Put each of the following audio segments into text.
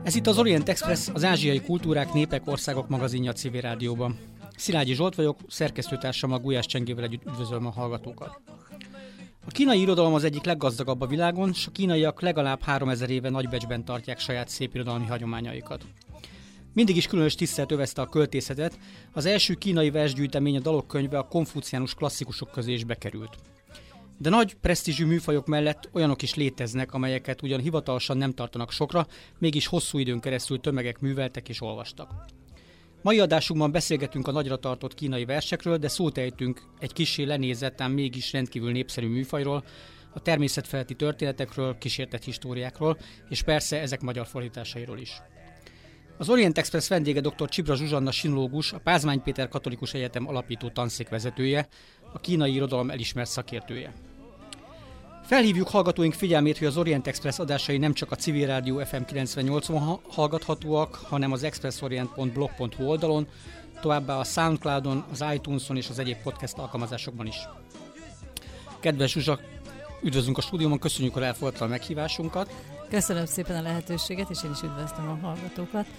Ez itt az Orient Express, az ázsiai kultúrák, népek, országok magazinja a Civil Rádióban. Szilágyi Zsolt vagyok, szerkesztőtársammal Gulyás Csengével együtt üdvözlöm a hallgatókat. A kínai irodalom az egyik leggazdagabb a világon, és a kínaiak legalább 3000 éve nagybecsben tartják saját szép irodalmi hagyományaikat. Mindig is különös tisztelet övezte a költészetet, az első kínai versgyűjtemény, a dalok könyve a konfuciánus klasszikusok közé is bekerült. De nagy presztízsű műfajok mellett olyanok is léteznek, amelyeket ugyan hivatalosan nem tartanak sokra, mégis hosszú időn keresztül tömegek műveltek és olvastak. Mai adásunkban beszélgetünk a nagyra tartott kínai versekről, de szót ejtünk egy kissé lenézett, ám mégis rendkívül népszerű műfajról, a természetfeletti történetekről, kísértett históriákról, és persze ezek magyar fordításairól is. Az Orient Express vendége dr. Csibra Zsuzsanna sinológus, a Pázmány Péter Katolikus Egyetem alapító tanszékvezetője, a kínai irodalom elismert szakértője. Felhívjuk hallgatóink figyelmét, hogy az Orient Express adásai nem csak a Civil Rádió FM 98-on hallgathatóak, hanem az expressorient.blog.hu oldalon, továbbá a Soundcloudon, az iTunes-on és az egyéb podcast alkalmazásokban is. Kedves Zsuzsa, üdvözlünk a stúdióban, köszönjük, hogy elfogadta a meghívásunkat. Köszönöm szépen a lehetőséget, és én is üdvözlöm a hallgatókat.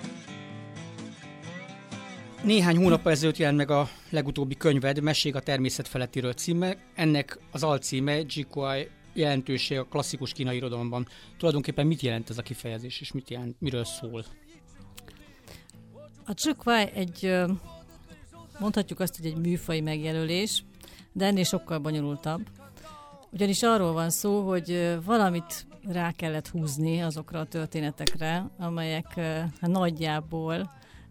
Néhány hónappal ezelőtt jelent meg a legutóbbi könyved, Mesék a természet felettiről címe. Ennek az alcíme Zsikuai jelentőség a klasszikus kínai irodalomban. Tulajdonképpen mit jelent ez a kifejezés, és mit jelent, miről szól? A Zsikuai mondhatjuk azt, hogy egy műfai megjelölés, de ennél sokkal bonyolultabb. Ugyanis arról van szó, hogy valamit rá kellett húzni azokra a történetekre, amelyek nagyjából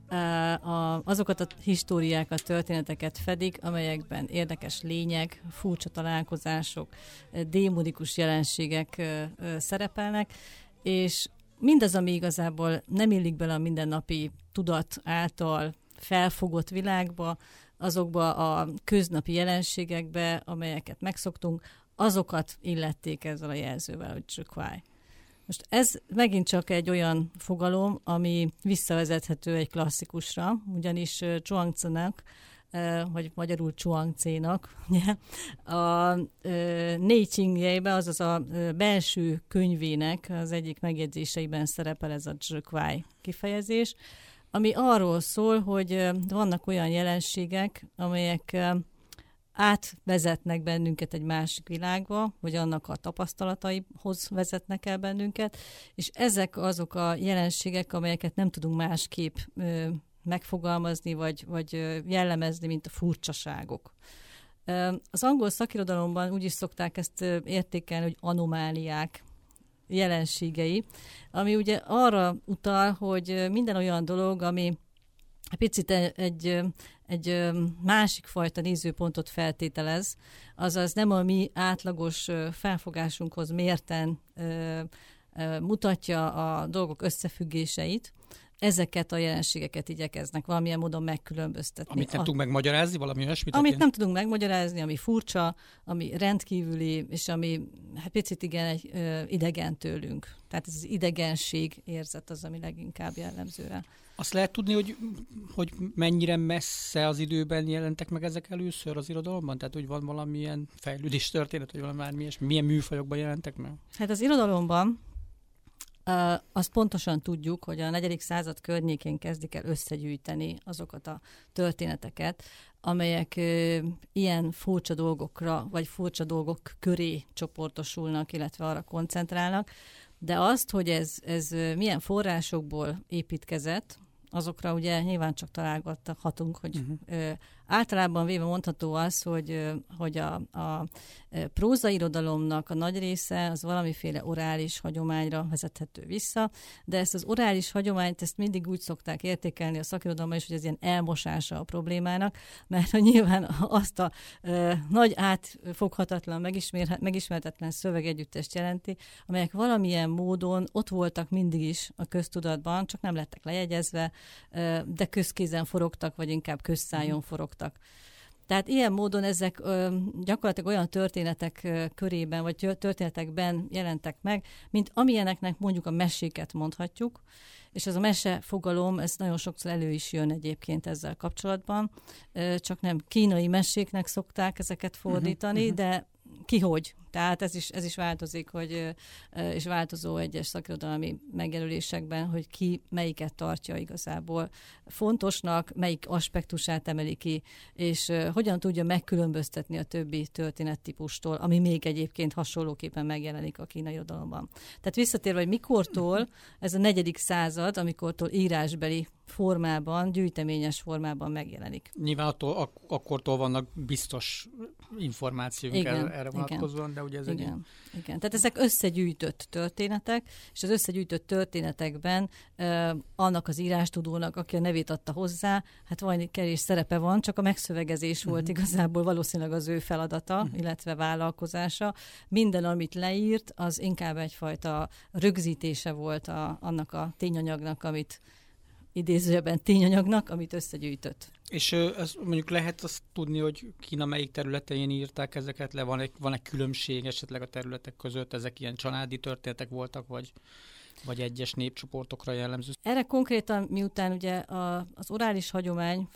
azokat a históriákat, történeteket fedik, amelyekben érdekes lények, furcsa találkozások, démonikus jelenségek szerepelnek, és mindaz, ami igazából nem illik bele a mindennapi tudat által felfogott világba, azokba a köznapi jelenségekbe, amelyeket megszoktunk, azokat illették ezzel a jelzővel, hogy Zsikuai. Most ez megint csak egy olyan fogalom, ami visszavezethető egy klasszikusra, ugyanis Zhuangzi-nak, vagy magyarul Zhuangzi-nak, a Neijing-jeibe, azaz a belső könyvének az egyik megjegyzéseiben szerepel ez a Zsikuai kifejezés, ami arról szól, hogy vannak olyan jelenségek, amelyek átvezetnek bennünket egy másik világba, vagy annak a tapasztalataihoz vezetnek el bennünket, és ezek azok a jelenségek, amelyeket nem tudunk másképp megfogalmazni, vagy jellemezni, mint a furcsaságok. Az angol szakirodalomban úgy is szokták ezt értékelni, hogy anomáliák jelenségei, ami ugye arra utal, hogy minden olyan dolog, ami picit egy másik fajta nézőpontot feltételez, azaz nem a mi átlagos felfogásunkhoz mérten mutatja a dolgok összefüggéseit, ezeket a jelenségeket igyekeznek valamilyen módon megkülönböztetni. Amit nem tudunk megmagyarázni, valami olyasmit? Amit nem tudunk megmagyarázni, ami furcsa, ami rendkívüli, és ami picit idegen tőlünk. Tehát ez az idegenség érzet az, ami leginkább jellemző rá. Azt lehet tudni, hogy mennyire messze az időben jelentek meg ezek először az irodalomban? Tehát, hogy van valamilyen fejlődés történet, vagy valami milyen műfajokban jelentek meg? Hát az irodalomban azt pontosan tudjuk, hogy a 4. század környékén kezdik el összegyűjteni azokat a történeteket, amelyek ilyen furcsa dolgokra, vagy furcsa dolgok köré csoportosulnak, illetve arra koncentrálnak. De azt, hogy ez milyen forrásokból építkezett, azokra ugye nyilván csak találgathatunk, hogy általában véve mondható az, hogy a prózairodalomnak a nagy része az valamiféle orális hagyományra vezethető vissza, de ezt az orális hagyományt ezt mindig úgy szokták értékelni a szakirodalomban is, hogy ez ilyen elmosása a problémának, mert nyilván azt a nagy átfoghatatlan, megismerhetetlen szövegegyüttest jelenti, amelyek valamilyen módon ott voltak mindig is a köztudatban, csak nem lettek lejegyezve, de közkézen forogtak, vagy inkább közszájon forogtak. Tehát ilyen módon ezek gyakorlatilag olyan történetek körében, vagy történetekben jelentek meg, mint amilyeneknek mondjuk a meséket mondhatjuk, és ez a mese fogalom, ez nagyon sokszor elő is jön egyébként ezzel kapcsolatban, csak nem kínai meséknek szokták ezeket fordítani, kihogy. Tehát ez is változik, és változó egyes szakirodalmi megjelölésekben, hogy ki melyiket tartja igazából fontosnak, melyik aspektusát emeli ki, és hogyan tudja megkülönböztetni a többi történettípustól, ami még egyébként hasonlóképpen megjelenik a kínai irodalomban. Tehát visszatérve, hogy mikortól ez a 4. század, amikortól írásbeli formában, gyűjteményes formában megjelenik. Nyilván akkortól vannak biztos információink erre vonatkozóan, de ugye ez igen. Tehát ezek összegyűjtött történetek, és az összegyűjtött történetekben annak az írástudónak, aki a nevét adta hozzá, hát valami kevés szerepe van, csak a megszövegezés volt igazából valószínűleg az ő feladata, illetve vállalkozása. Minden, amit leírt, az inkább egyfajta rögzítése volt annak a tényanyagnak, amit idézőjelben tényanyagnak, amit összegyűjtött. És mondjuk lehet azt tudni, hogy Kína melyik területein írták ezeket le? Van-e különbség esetleg a területek között? Ezek ilyen családi történetek voltak, vagy egyes népcsoportokra jellemző? Erre konkrétan, miután ugye az orális hagyomány,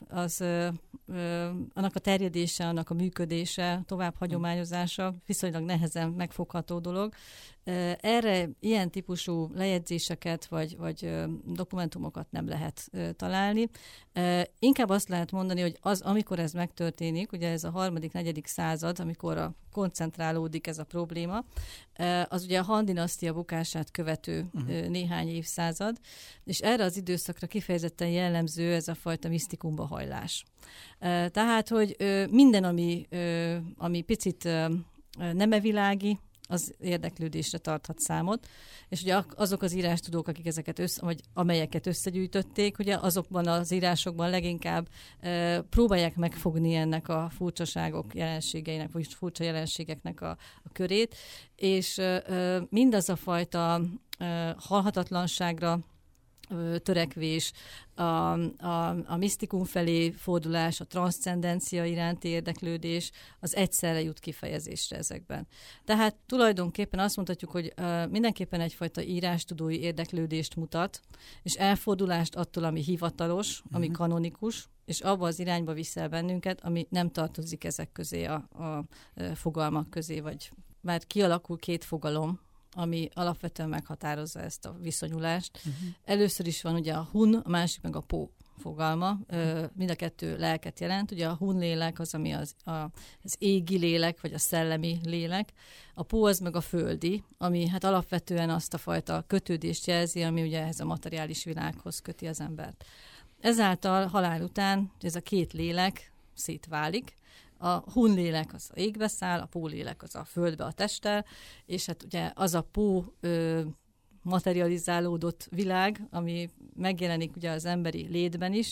annak a terjedése, annak a működése, tovább hagyományozása viszonylag nehezen megfogható dolog. Erre ilyen típusú lejegyzéseket vagy dokumentumokat nem lehet találni. Inkább azt lehet mondani, hogy amikor ez megtörténik, ugye ez a 3.-4. század, amikor koncentrálódik ez a probléma, az ugye a Han dinasztia bukását követő néhány évszázad, és erre az időszakra kifejezetten jellemző ez a fajta misztikumba hajlás. Tehát, hogy minden, ami picit nemevilági, az érdeklődésre tarthat számot, és ugye azok az írástudók, akik ezeket vagy amelyeket összegyűjtötték, ugye azokban az írásokban leginkább próbálják megfogni ennek a furcsaságok jelenségeinek, vagy furcsa jelenségeknek a körét, és mindaz a fajta halhatatlanságra törekvés, a misztikum felé fordulás, a transzcendencia iránti érdeklődés, az egyszerre jut kifejezésre ezekben. Tehát tulajdonképpen azt mondhatjuk, hogy mindenképpen egyfajta írástudói érdeklődést mutat, és elfordulást attól, ami hivatalos, ami kanonikus, és abba az irányba viszel bennünket, ami nem tartozik ezek közé a fogalmak közé, vagy már kialakul két fogalom, ami alapvetően meghatározza ezt a viszonyulást. Először is van ugye a hun, a másik meg a po fogalma. Mind a kettő lelket jelent. Ugye a hun lélek az, ami az égi lélek, vagy a szellemi lélek. A po az meg a földi, ami hát alapvetően azt a fajta kötődést jelzi, ami ugye ehhez a materiális világhoz köti az embert. Ezáltal halál után ez a két lélek szétválik. A hun lélek az a égbe száll, a pó lélek az a földbe, a testtel, és hát ugye az a pó materializálódott világ, ami megjelenik ugye az emberi létben is,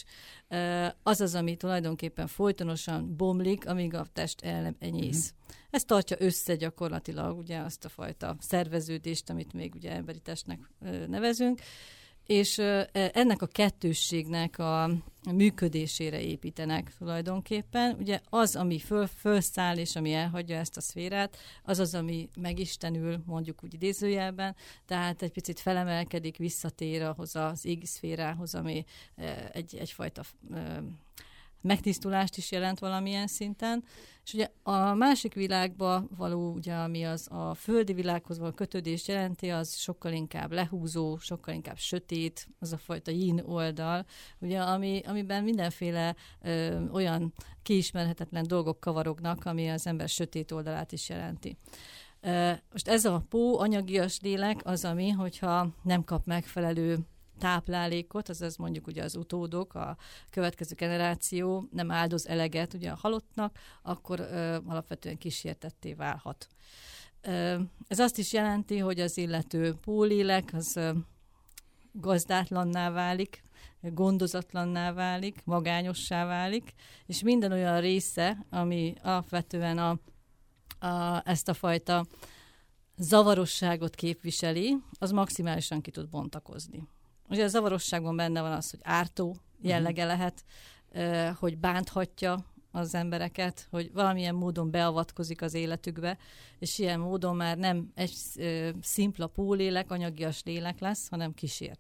az az, ami tulajdonképpen folytonosan bomlik, amíg a test elenyész. Ez tartja össze gyakorlatilag ugye azt a fajta szerveződést, amit még ugye emberi testnek nevezünk, és ennek a kettősségnek a működésére építenek tulajdonképpen. Ugye az, ami fölszáll és ami elhagyja ezt a szférát, az az, ami megistenül, mondjuk úgy idézőjelben, tehát egy picit felemelkedik, visszatér ahhoz az égi szférához, ami egyfajta megtisztulást is jelent valamilyen szinten. És ugye a másik világba való, ugye, ami az a földi világhoz való kötődést jelenti, az sokkal inkább lehúzó, sokkal inkább sötét, az a fajta yin oldal, ugye, amiben mindenféle olyan kiismerhetetlen dolgok kavarognak, ami az ember sötét oldalát is jelenti. Most ez a pó, anyagias lélek az, ami, hogyha nem kap megfelelő táplálékot, azaz mondjuk ugye az utódok, a következő generáció nem áldoz eleget ugye a halottnak, akkor alapvetően kísértetté válhat. Ez azt is jelenti, hogy az illető pólélek az gazdátlanná válik, gondozatlanná válik, magányossá válik, és minden olyan része, ami alapvetően ezt a fajta zavarosságot képviseli, az maximálisan ki tud bontakozni. Ugye a zavarosságban benne van az, hogy ártó jellege lehet, hogy bánthatja az embereket, hogy valamilyen módon beavatkozik az életükbe, és ilyen módon már nem egy szimpla pólélek, anyagias lélek lesz, hanem kísértet.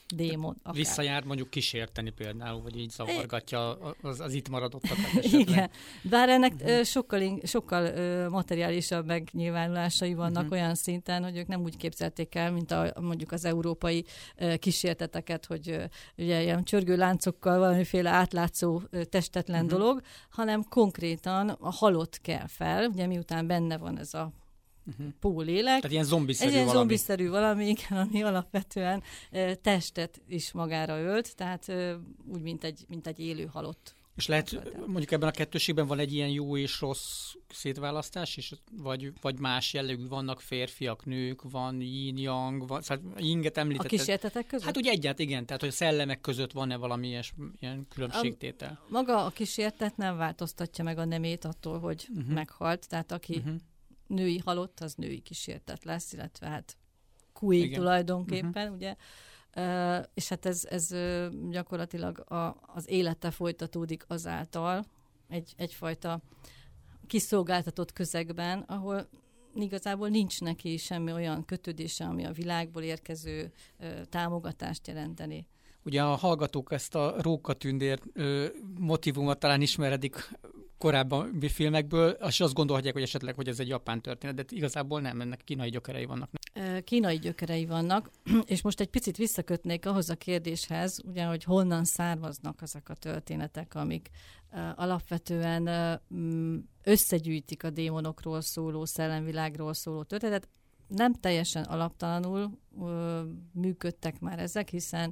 démon. Akár. Visszajár mondjuk kísérteni például, vagy így zavargatja az itt maradottakat esetleg. Igen, bár ennek sokkal materiálisabb megnyilvánulásai vannak olyan szinten, hogy ők nem úgy képzelték el, mint mondjuk az európai kísérteteket, hogy ugye ilyen csörgő láncokkal valamiféle átlátszó testetlen dolog, hanem konkrétan a halott kell fel, ugye miután benne van ez a pólélek. Tehát ilyen zombiszerű valami. valami. Zombiszerű valami, igen, ami alapvetően testet is magára ölt, tehát úgy, mint egy élő halott. És lehet, mondjuk ebben a kettőségben van egy ilyen jó és rossz szétválasztás is, vagy más jellegű, vannak férfiak, nők, van yin-yang, van, szóval yinget említetted. A kísértetek között? Hát ugye igen, tehát hogy a szellemek között van-e valami ilyen különbségtétel? Maga a kísértet nem változtatja meg a nemét attól, hogy meghalt, tehát aki női halott, az női kísértet lesz, illetve hát kui tulajdonképpen, ugye. És hát ez gyakorlatilag az élete folytatódik azáltal egyfajta kiszolgáltatott közegben, ahol igazából nincs neki semmi olyan kötődése, ami a világból érkező támogatást jelenteni. Ugye a hallgatók ezt a rókatündér motivumot talán ismeredik korábban filmekből, és azt gondolhatják, hogy esetleg, hogy ez egy japán történet, de igazából nem, ennek kínai gyökerei vannak. Kínai gyökerei vannak, és most egy picit visszakötnék ahhoz a kérdéshez, ugye, hogy honnan származnak ezek a történetek, amik alapvetően összegyűjtik a démonokról szóló, szellemvilágról szóló történetet. Nem teljesen alaptalanul működtek már ezek, hiszen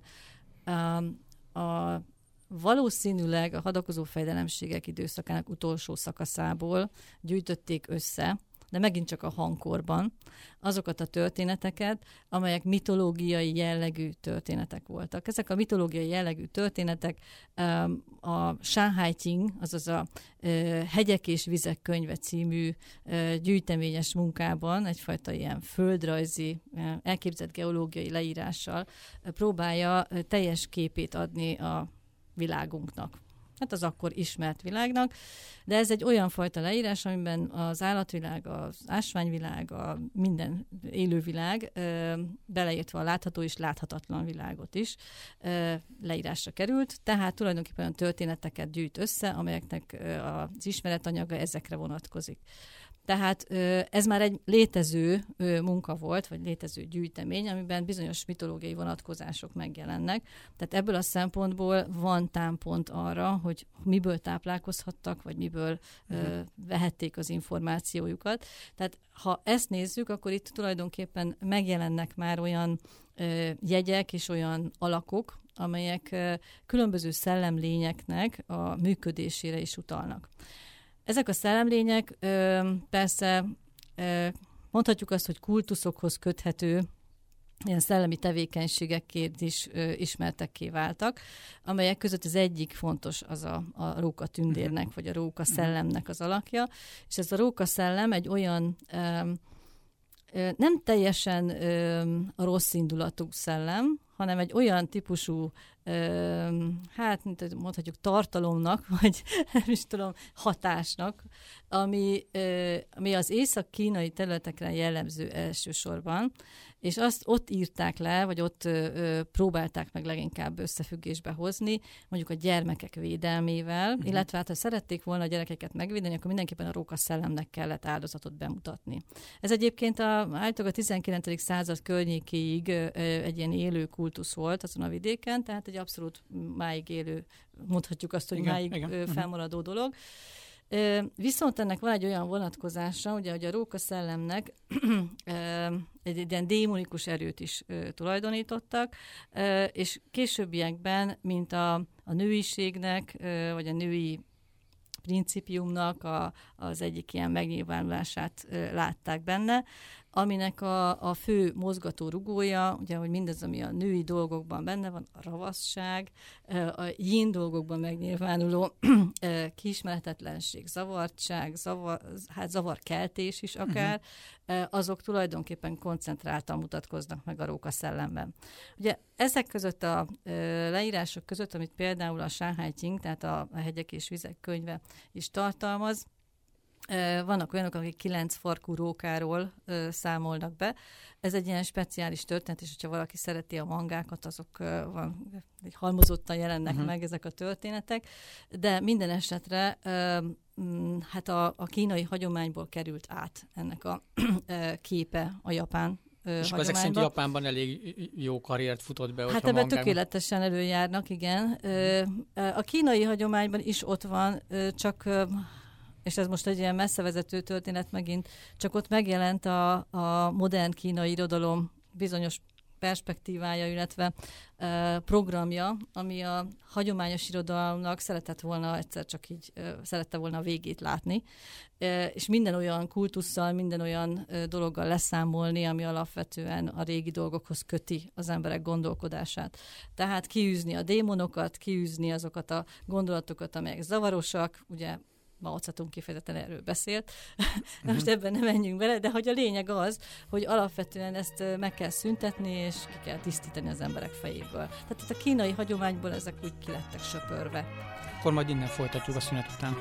valószínűleg a hadakozó fejdelemségek időszakának utolsó szakaszából gyűjtötték össze, de megint csak a hangkorban, azokat a történeteket, amelyek mitológiai jellegű történetek voltak. Ezek a mitológiai jellegű történetek a Shanghai Ting, azaz a Hegyek és vizek könyve című gyűjteményes munkában, egyfajta ilyen földrajzi, elképzelt geológiai leírással próbálja teljes képét adni a világunknak. Hát az akkor ismert világnak, de ez egy olyan fajta leírás, amiben az állatvilág, az ásványvilág, a minden élővilág, beleértve a látható és láthatatlan világot is leírásra került, tehát tulajdonképpen olyan történeteket gyűjt össze, amelyeknek az ismeretanyaga ezekre vonatkozik. Tehát ez már egy létező munka volt, vagy létező gyűjtemény, amiben bizonyos mitológiai vonatkozások megjelennek. Tehát ebből a szempontból van támpont arra, hogy miből táplálkozhattak, vagy miből vehették az információjukat. Tehát ha ezt nézzük, akkor itt tulajdonképpen megjelennek már olyan jegyek és olyan alakok, amelyek különböző szellemlényeknek a működésére is utalnak. Ezek a szellemlények persze mondhatjuk azt, hogy kultuszokhoz köthető ilyen szellemi tevékenységekként is ismertekké váltak, amelyek között az egyik fontos az a rókatündérnek, vagy a rókaszellemnek az alakja, és ez a rókaszellem egy olyan nem teljesen a rossz indulatú szellem, hanem egy olyan típusú, hát mondhatjuk tartalomnak, vagy nem is tudom, hatásnak, ami az észak-kínai területekre jellemző elsősorban, és azt ott írták le, vagy ott próbálták meg leginkább összefüggésbe hozni, mondjuk a gyermekek védelmével, illetve hát ha szerették volna a gyerekeket megvédeni, akkor mindenképpen a rókaszellemnek kellett áldozatot bemutatni. Ez egyébként általában a 19. század környékéig egy ilyen élő kultusz volt azon a vidéken, tehát egy abszolút máig élő, mondhatjuk azt, hogy máig felmaradó dolog. Viszont ennek van egy olyan vonatkozása, ugye, hogy a rókaszellemnek egy ilyen démonikus erőt is tulajdonítottak, és későbbiekben, mint a nőiségnek, vagy a női principiumnak az egyik ilyen megnyilvánulását látták benne, aminek a fő mozgató rugója, ugye, hogy mindez, ami a női dolgokban benne van, a ravaszság, a yin dolgokban megnyilvánuló kiismeretetlenség, zavartság, zavarkeltés is akár, azok tulajdonképpen koncentráltan mutatkoznak meg a rókaszellemben. Ugye ezek között a leírások között, amit például a Shanghai Ting, tehát a Hegyek és vizek könyve is tartalmaz, Vannak olyanok, akik 9 farkú rókáról számolnak be. Ez egy ilyen speciális történet, és hogyha valaki szereti a mangákat, azok halmozottan jelennek meg ezek a történetek. De minden esetre hát a kínai hagyományból került át ennek a képe a japán és akkor ezek szerint Japánban elég jó karriert futott be. Hát ebben tökéletesen előjárnak, igen. A kínai hagyományban is ott van, csak, és ez most egy ilyen messzevezető történet megint, csak ott megjelent a modern kínai irodalom bizonyos perspektívája, illetve programja, ami a hagyományos irodalomnak szerette volna a végét látni, és minden olyan kultusszal, minden olyan dologgal leszámolni, ami alapvetően a régi dolgokhoz köti az emberek gondolkodását. Tehát kiűzni a démonokat, kiűzni azokat a gondolatokat, amelyek zavarosak, ugye Mao Zedong kifejezetten erről beszélt. Most ebben nem menjünk bele, de hogy a lényeg az, hogy alapvetően ezt meg kell szüntetni, és ki kell tisztítani az emberek fejéből. Tehát itt a kínai hagyományból ezek úgy ki lettek söpörve. Akkor majd innen folytatjuk a szünet után.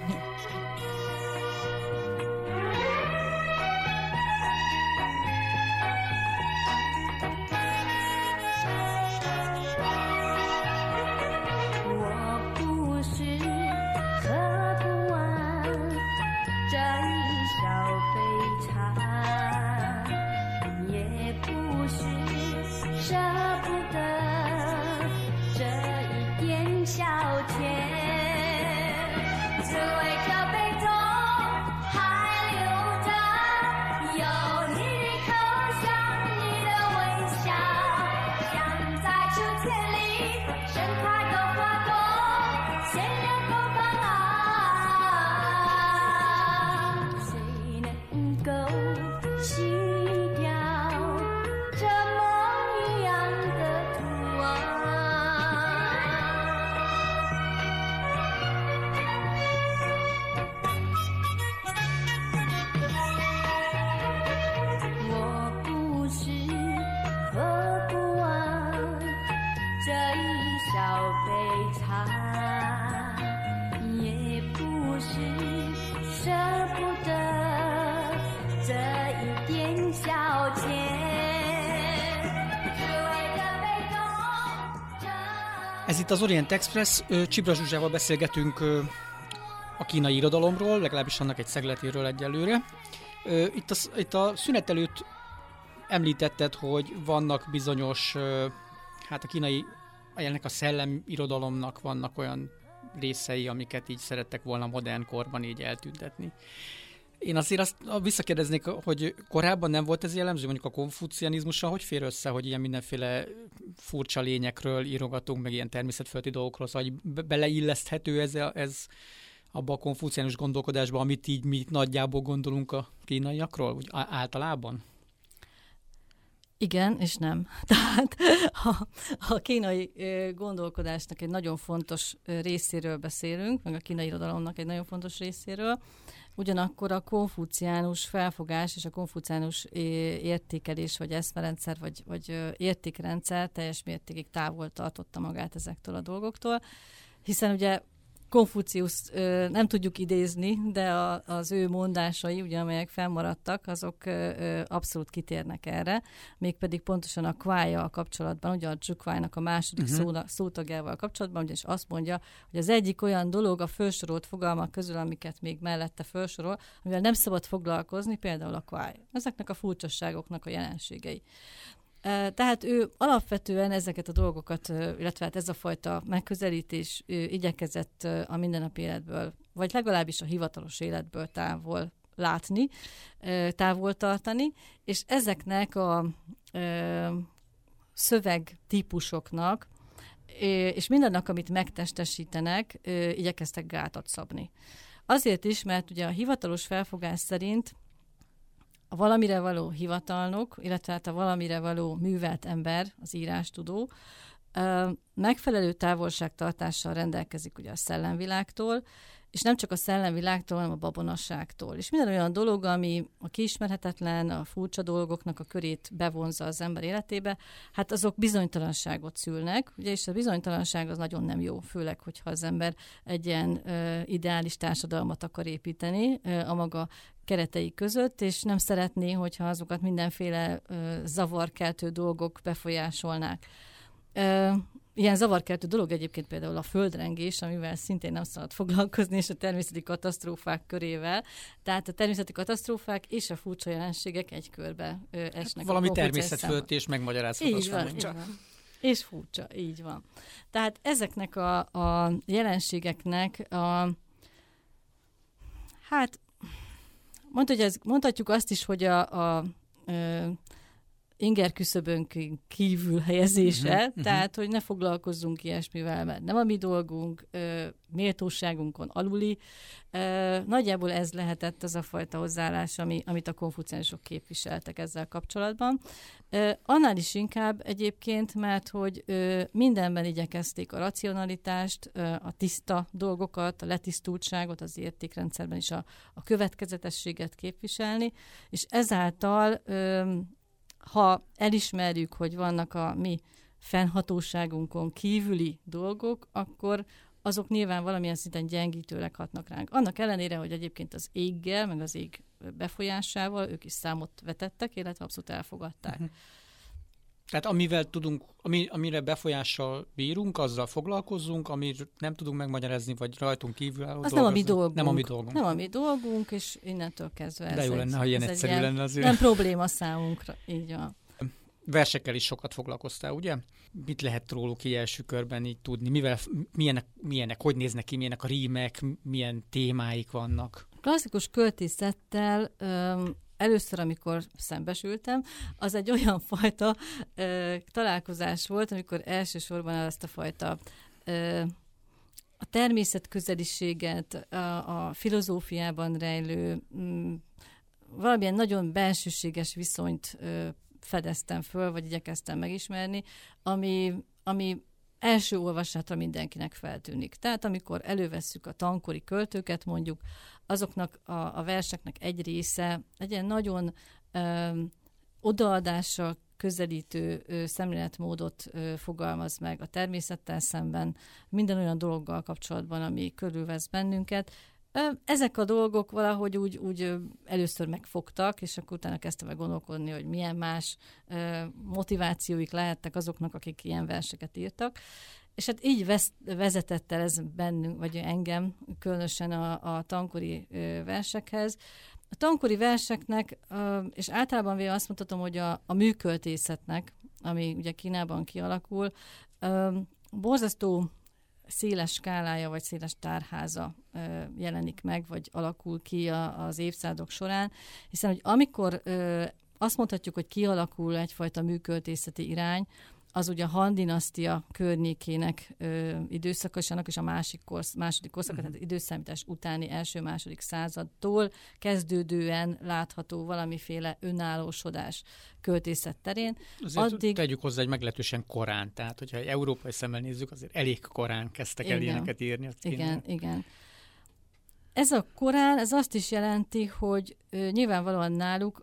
Ez itt az Orient Express, Csibra Zsuzsával beszélgetünk a kínai irodalomról, legalábbis annak egy szegletéről egyelőre. Itt a szünet előtt említetted, hogy vannak bizonyos, hát a kínai, ennek a szellemirodalomnak vannak olyan részei, amiket így szerettek volna modern korban így eltüntetni. Én azért azt visszakérdeznék, hogy korábban nem volt ez jellemző, mondjuk a konfucianizmussal, hogy fér össze, hogy ilyen mindenféle furcsa lényekről írogatunk, meg ilyen természetföldi dolgokról, szóval beleilleszthető ez abba a konfuciánus gondolkodásba, amit így mi nagyjából gondolunk a kínaiakról, úgy általában? Igen, és nem. Tehát a kínai gondolkodásnak egy nagyon fontos részéről beszélünk, meg a kínai irodalomnak egy nagyon fontos részéről, ugyanakkor a konfuciánus felfogás és a konfuciánus értékelés, vagy eszmerendszer, vagy értékrendszer teljes mértékig távol tartotta magát ezektől a dolgoktól, hiszen ugye Konfuciusz nem tudjuk idézni, de az ő mondásai, ugye, amelyek fennmaradtak, azok abszolút kitérnek erre, mégpedig pontosan a kwája kapcsolatban, ugye a dzsukvájnak a második szótagjával kapcsolatban, ugyanis azt mondja, hogy az egyik olyan dolog a felsorolt fogalmak közül, amiket még mellette felsorol, amivel nem szabad foglalkozni, például a kwáj. Ezeknek a furcsasságoknak a jelenségei. Tehát ő alapvetően ezeket a dolgokat, illetve hát ez a fajta megközelítés igyekezett a mindennapi életből, vagy legalábbis a hivatalos életből távol látni, távol tartani, és ezeknek a szövegtípusoknak, és mindannak, amit megtestesítenek, igyekeztek gátat szabni. Azért is, mert ugye a hivatalos felfogás szerint a valamire való hivatalnok, illetve hát a valamire való művelt ember, az írástudó, megfelelő távolságtartással rendelkezik ugye a szellemvilágtól, és nem csak a szellemvilágtól, hanem a babonasságtól. És minden olyan dolog, ami a kiismerhetetlen, a furcsa dolgoknak a körét bevonza az ember életébe, hát azok bizonytalanságot szülnek, ugye, és a bizonytalanság az nagyon nem jó, főleg, hogyha az ember egy ilyen ideális társadalmat akar építeni a maga keretei között, és nem szeretné, hogyha azokat mindenféle zavarkeltő dolgok befolyásolnák. Ilyen zavarkeltő dolog egyébként például a földrengés, amivel szintén nem szabad foglalkozni, és a természeti katasztrófák körével. Tehát a természeti katasztrófák és a furcsa jelenségek egy körbe esnek. Valami természetfölött és megmagyarázhatatlan. Így van. És furcsa, így van. Tehát ezeknek a jelenségeknek hát mondhatjuk azt is, hogy a inger küszöbönkön kívül helyezése, tehát, hogy ne foglalkozzunk ilyesmivel, mert nem a mi dolgunk, méltóságunkon aluli. Nagyjából ez lehetett az a fajta hozzáállás, amit a konfuciánusok képviseltek ezzel kapcsolatban. Annál is inkább egyébként, mert hogy mindenben igyekezték a racionalitást, a tiszta dolgokat, a letisztultságot, az értékrendszerben is a következetességet képviselni, és ezáltal ha elismerjük, hogy vannak a mi fennhatóságunkon kívüli dolgok, akkor azok nyilván valamilyen szinten gyengítőleg hatnak ránk. Annak ellenére, hogy egyébként az éggel, meg az ég befolyásával ők is számot vetettek, illetve abszolút elfogadták. Tehát amivel tudunk, amire befolyással bírunk, azzal foglalkozzunk, amit nem tudunk megmagyarázni, vagy rajtunk kívül álló az nem a mi dolgunk. Nem a mi dolgunk. Nem a mi dolgunk, és innentől kezdve de jó lenne, ha ilyen egyszerű lenne azért. Nem probléma számunkra, így van. Versekkel is sokat foglalkoztál, ugye? Mit lehet róluk így első körben így tudni? Milyenek, hogy néznek ki, milyenek a rímek, milyen témáik vannak? Klasszikus költészettel először, amikor szembesültem, az egy olyan fajta találkozás volt, amikor elsősorban ezt a fajta a természetközeliséget, a filozófiában rejlő valamilyen nagyon bensőséges viszonyt fedeztem föl, vagy igyekeztem megismerni, ami első olvasatra mindenkinek feltűnik. Tehát amikor elővesszük a tankori költőket, mondjuk, azoknak a verseknek egy része egy ilyen nagyon odaadással közelítő szemléletmódot fogalmaz meg a természettel szemben, minden olyan dologgal kapcsolatban, ami körülvesz bennünket. Ezek a dolgok valahogy úgy először megfogtak, és akkor utána kezdtem el gondolkodni, hogy milyen más motivációik lehettek azoknak, akik ilyen verseket írtak. És hát így vezetett el ez bennünk, vagy engem különösen a tankori versekhez. A tankori verseknek, és általában véve azt mondhatom, hogy a műköltészetnek, ami ugye Kínában kialakul, borzasztó széles skálája, vagy széles tárháza jelenik meg, vagy alakul ki az évszázadok során, hiszen hogy amikor azt mondhatjuk, hogy kialakul egyfajta műköltészeti irány, az ugye a Han dinasztia környékének időszaka, és annak is a második korszak, tehát időszámítás utáni első-második századtól kezdődően látható valamiféle önállósodás költészet terén. Azért tegyük hozzá, egy meglehetősen korán, tehát hogyha egy európai szemmel nézzük, azért elég korán kezdtek el ilyeneket írni. Igen. Ez a korán, ez azt is jelenti, hogy nyilvánvalóan náluk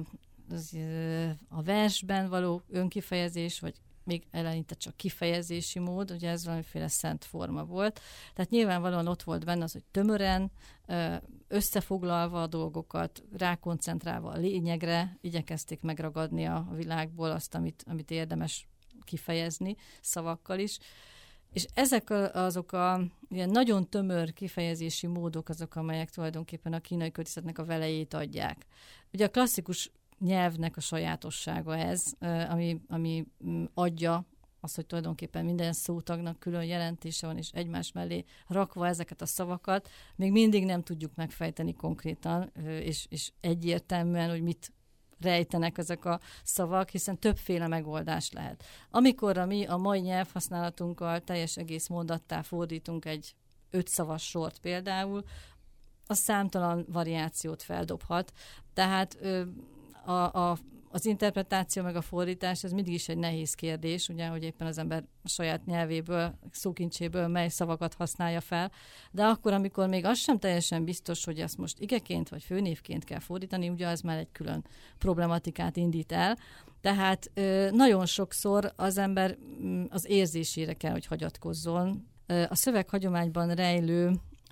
a versben való önkifejezés, vagy még eleinte csak kifejezési mód, ugye ez valamiféle szent forma volt. Tehát nyilvánvalóan ott volt benne az, hogy tömören, összefoglalva a dolgokat, rákoncentrálva a lényegre, igyekezték megragadni a világból azt, amit érdemes kifejezni szavakkal is. És ezek azok a ilyen nagyon tömör kifejezési módok azok, amelyek tulajdonképpen a kínai költészetnek a velejét adják. Ugye a klasszikus nyelvnek a sajátossága ez, ami adja azt, hogy tulajdonképpen minden szótagnak külön jelentése van, és egymás mellé rakva ezeket a szavakat, még mindig nem tudjuk megfejteni konkrétan, és egyértelműen, hogy mit rejtenek ezek a szavak, hiszen többféle megoldás lehet. Amikor mi a mai nyelvhasználatunkkal teljes egész mondattá fordítunk egy 5 szavas sort például, az számtalan variációt feldobhat. Tehát a az interpretáció meg a fordítás, ez mindig is egy nehéz kérdés, ugye, hogy éppen az ember a saját nyelvéből, szókincséből mely szavakat használja fel, de akkor, amikor még az sem teljesen biztos, hogy ezt most igeként vagy főnévként kell fordítani, ugye az már egy külön problematikát indít el. Tehát nagyon sokszor az ember az érzésére kell, hogy hagyatkozzon. A szöveghagyományban rejlő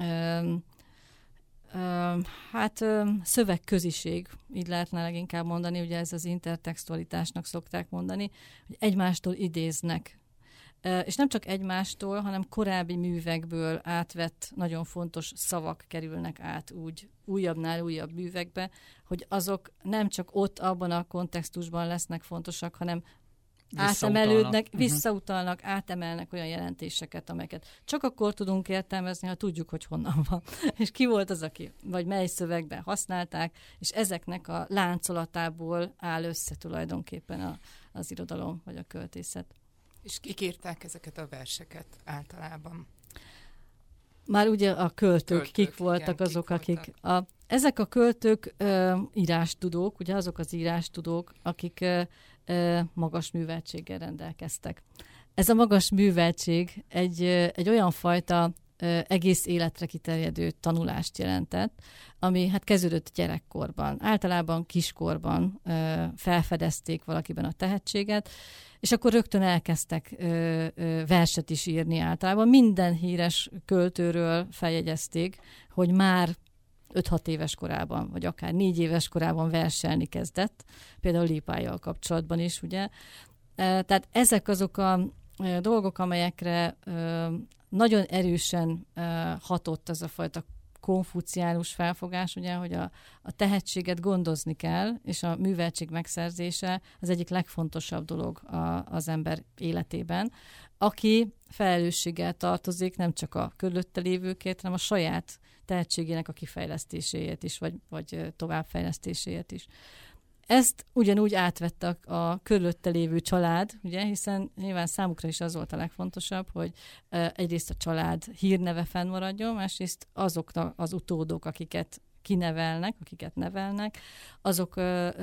szövegköziség, így lehetne leginkább mondani, ugye ez az intertextualitásnak szokták mondani, hogy egymástól idéznek. És nem csak egymástól, hanem korábbi művekből átvett nagyon fontos szavak kerülnek át úgy újabbnál újabb művekbe, hogy azok nem csak ott abban a kontextusban lesznek fontosak, hanem átemelődnek, visszautalnak, átemelnek olyan jelentéseket, amelyeket csak akkor tudunk értelmezni, ha tudjuk, hogy honnan van. És ki volt az, aki, vagy mely szövegben használták, és ezeknek a láncolatából áll össze tulajdonképpen az irodalom, vagy a költészet. És kik írták ezeket a verseket általában? Már ugye a költők kik voltak, igen, azok, akik... Ezek a költők írástudók, ugye azok az írástudók, akik magas műveltséggel rendelkeztek. Ez a magas műveltség egy olyan fajta egész életre kiterjedő tanulást jelentett, ami hát kezdődött gyerekkorban. Általában kiskorban felfedezték valakiben a tehetséget, és akkor rögtön elkezdtek verset is írni általában. Minden híres költőről feljegyezték, hogy már 5-6 éves korában, vagy akár 4 éves korában verselni kezdett, például Lipájjal kapcsolatban is, ugye. Tehát ezek azok a dolgok, amelyekre nagyon erősen hatott ez a fajta konfuciánus felfogás, ugye, hogy a tehetséget gondozni kell, és a műveltség megszerzése az egyik legfontosabb dolog az ember életében, aki felelősséggel tartozik nem csak a körülötte lévőkért, hanem a saját tehetségének a kifejlesztéséért is, vagy továbbfejlesztéséért is. Ezt ugyanúgy átvette a körülötte lévő család, ugye, hiszen nyilván számukra is az volt a legfontosabb, hogy egyrészt a család hírneve fennmaradjon, másrészt azoknak az utódok, akiket kinevelnek, akiket nevelnek, azok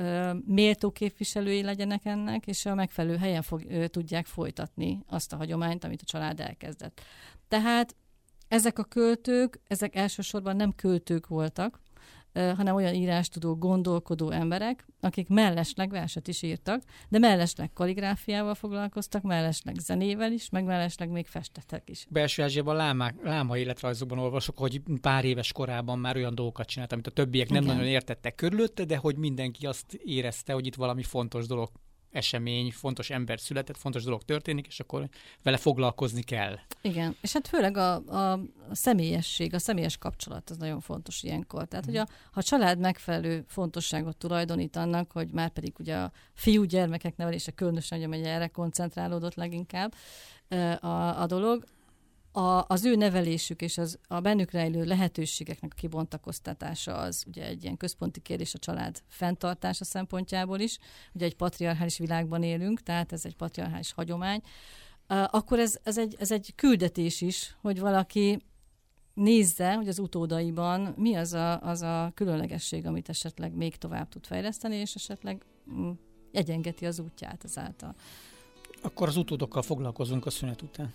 méltó képviselői legyenek ennek, és a megfelelő helyen tudják folytatni azt a hagyományt, amit a család elkezdett. Tehát ezek a költők, ezek elsősorban nem költők voltak, hanem olyan írástudó, gondolkodó emberek, akik mellesleg verset is írtak, de mellesleg kalligráfiával foglalkoztak, mellesleg zenével is, meg mellesleg még festettek is. Belső-Ázsiában láma életrajzokban olvasok, hogy pár éves korában már olyan dolgokat csinált, amit a többiek nem nagyon értettek körülötte, de hogy mindenki azt érezte, hogy itt valami fontos dolog, esemény, fontos ember született, fontos dolog történik, és akkor vele foglalkozni kell. Igen, és hát főleg a személyesség, a személyes kapcsolat az nagyon fontos ilyenkor. Tehát, hogy ha a család megfelelő fontosságot tulajdonít annak, hogy már pedig ugye a fiúgyermekek nevelése különösen, hogy erre koncentrálódott leginkább a dolog, az ő nevelésük és a bennük rejlő lehetőségeknek a kibontakoztatása az ugye egy ilyen központi kérdés a család fenntartása szempontjából is. Ugye egy patriarchális világban élünk, tehát ez egy patriarchális hagyomány. Akkor ez egy küldetés is, hogy valaki nézze, hogy az utódaiban mi az a különlegesség, amit esetleg még tovább tud fejleszteni, és esetleg egyengeti az útját ezáltal. Akkor az utódokkal foglalkozunk a szünet után.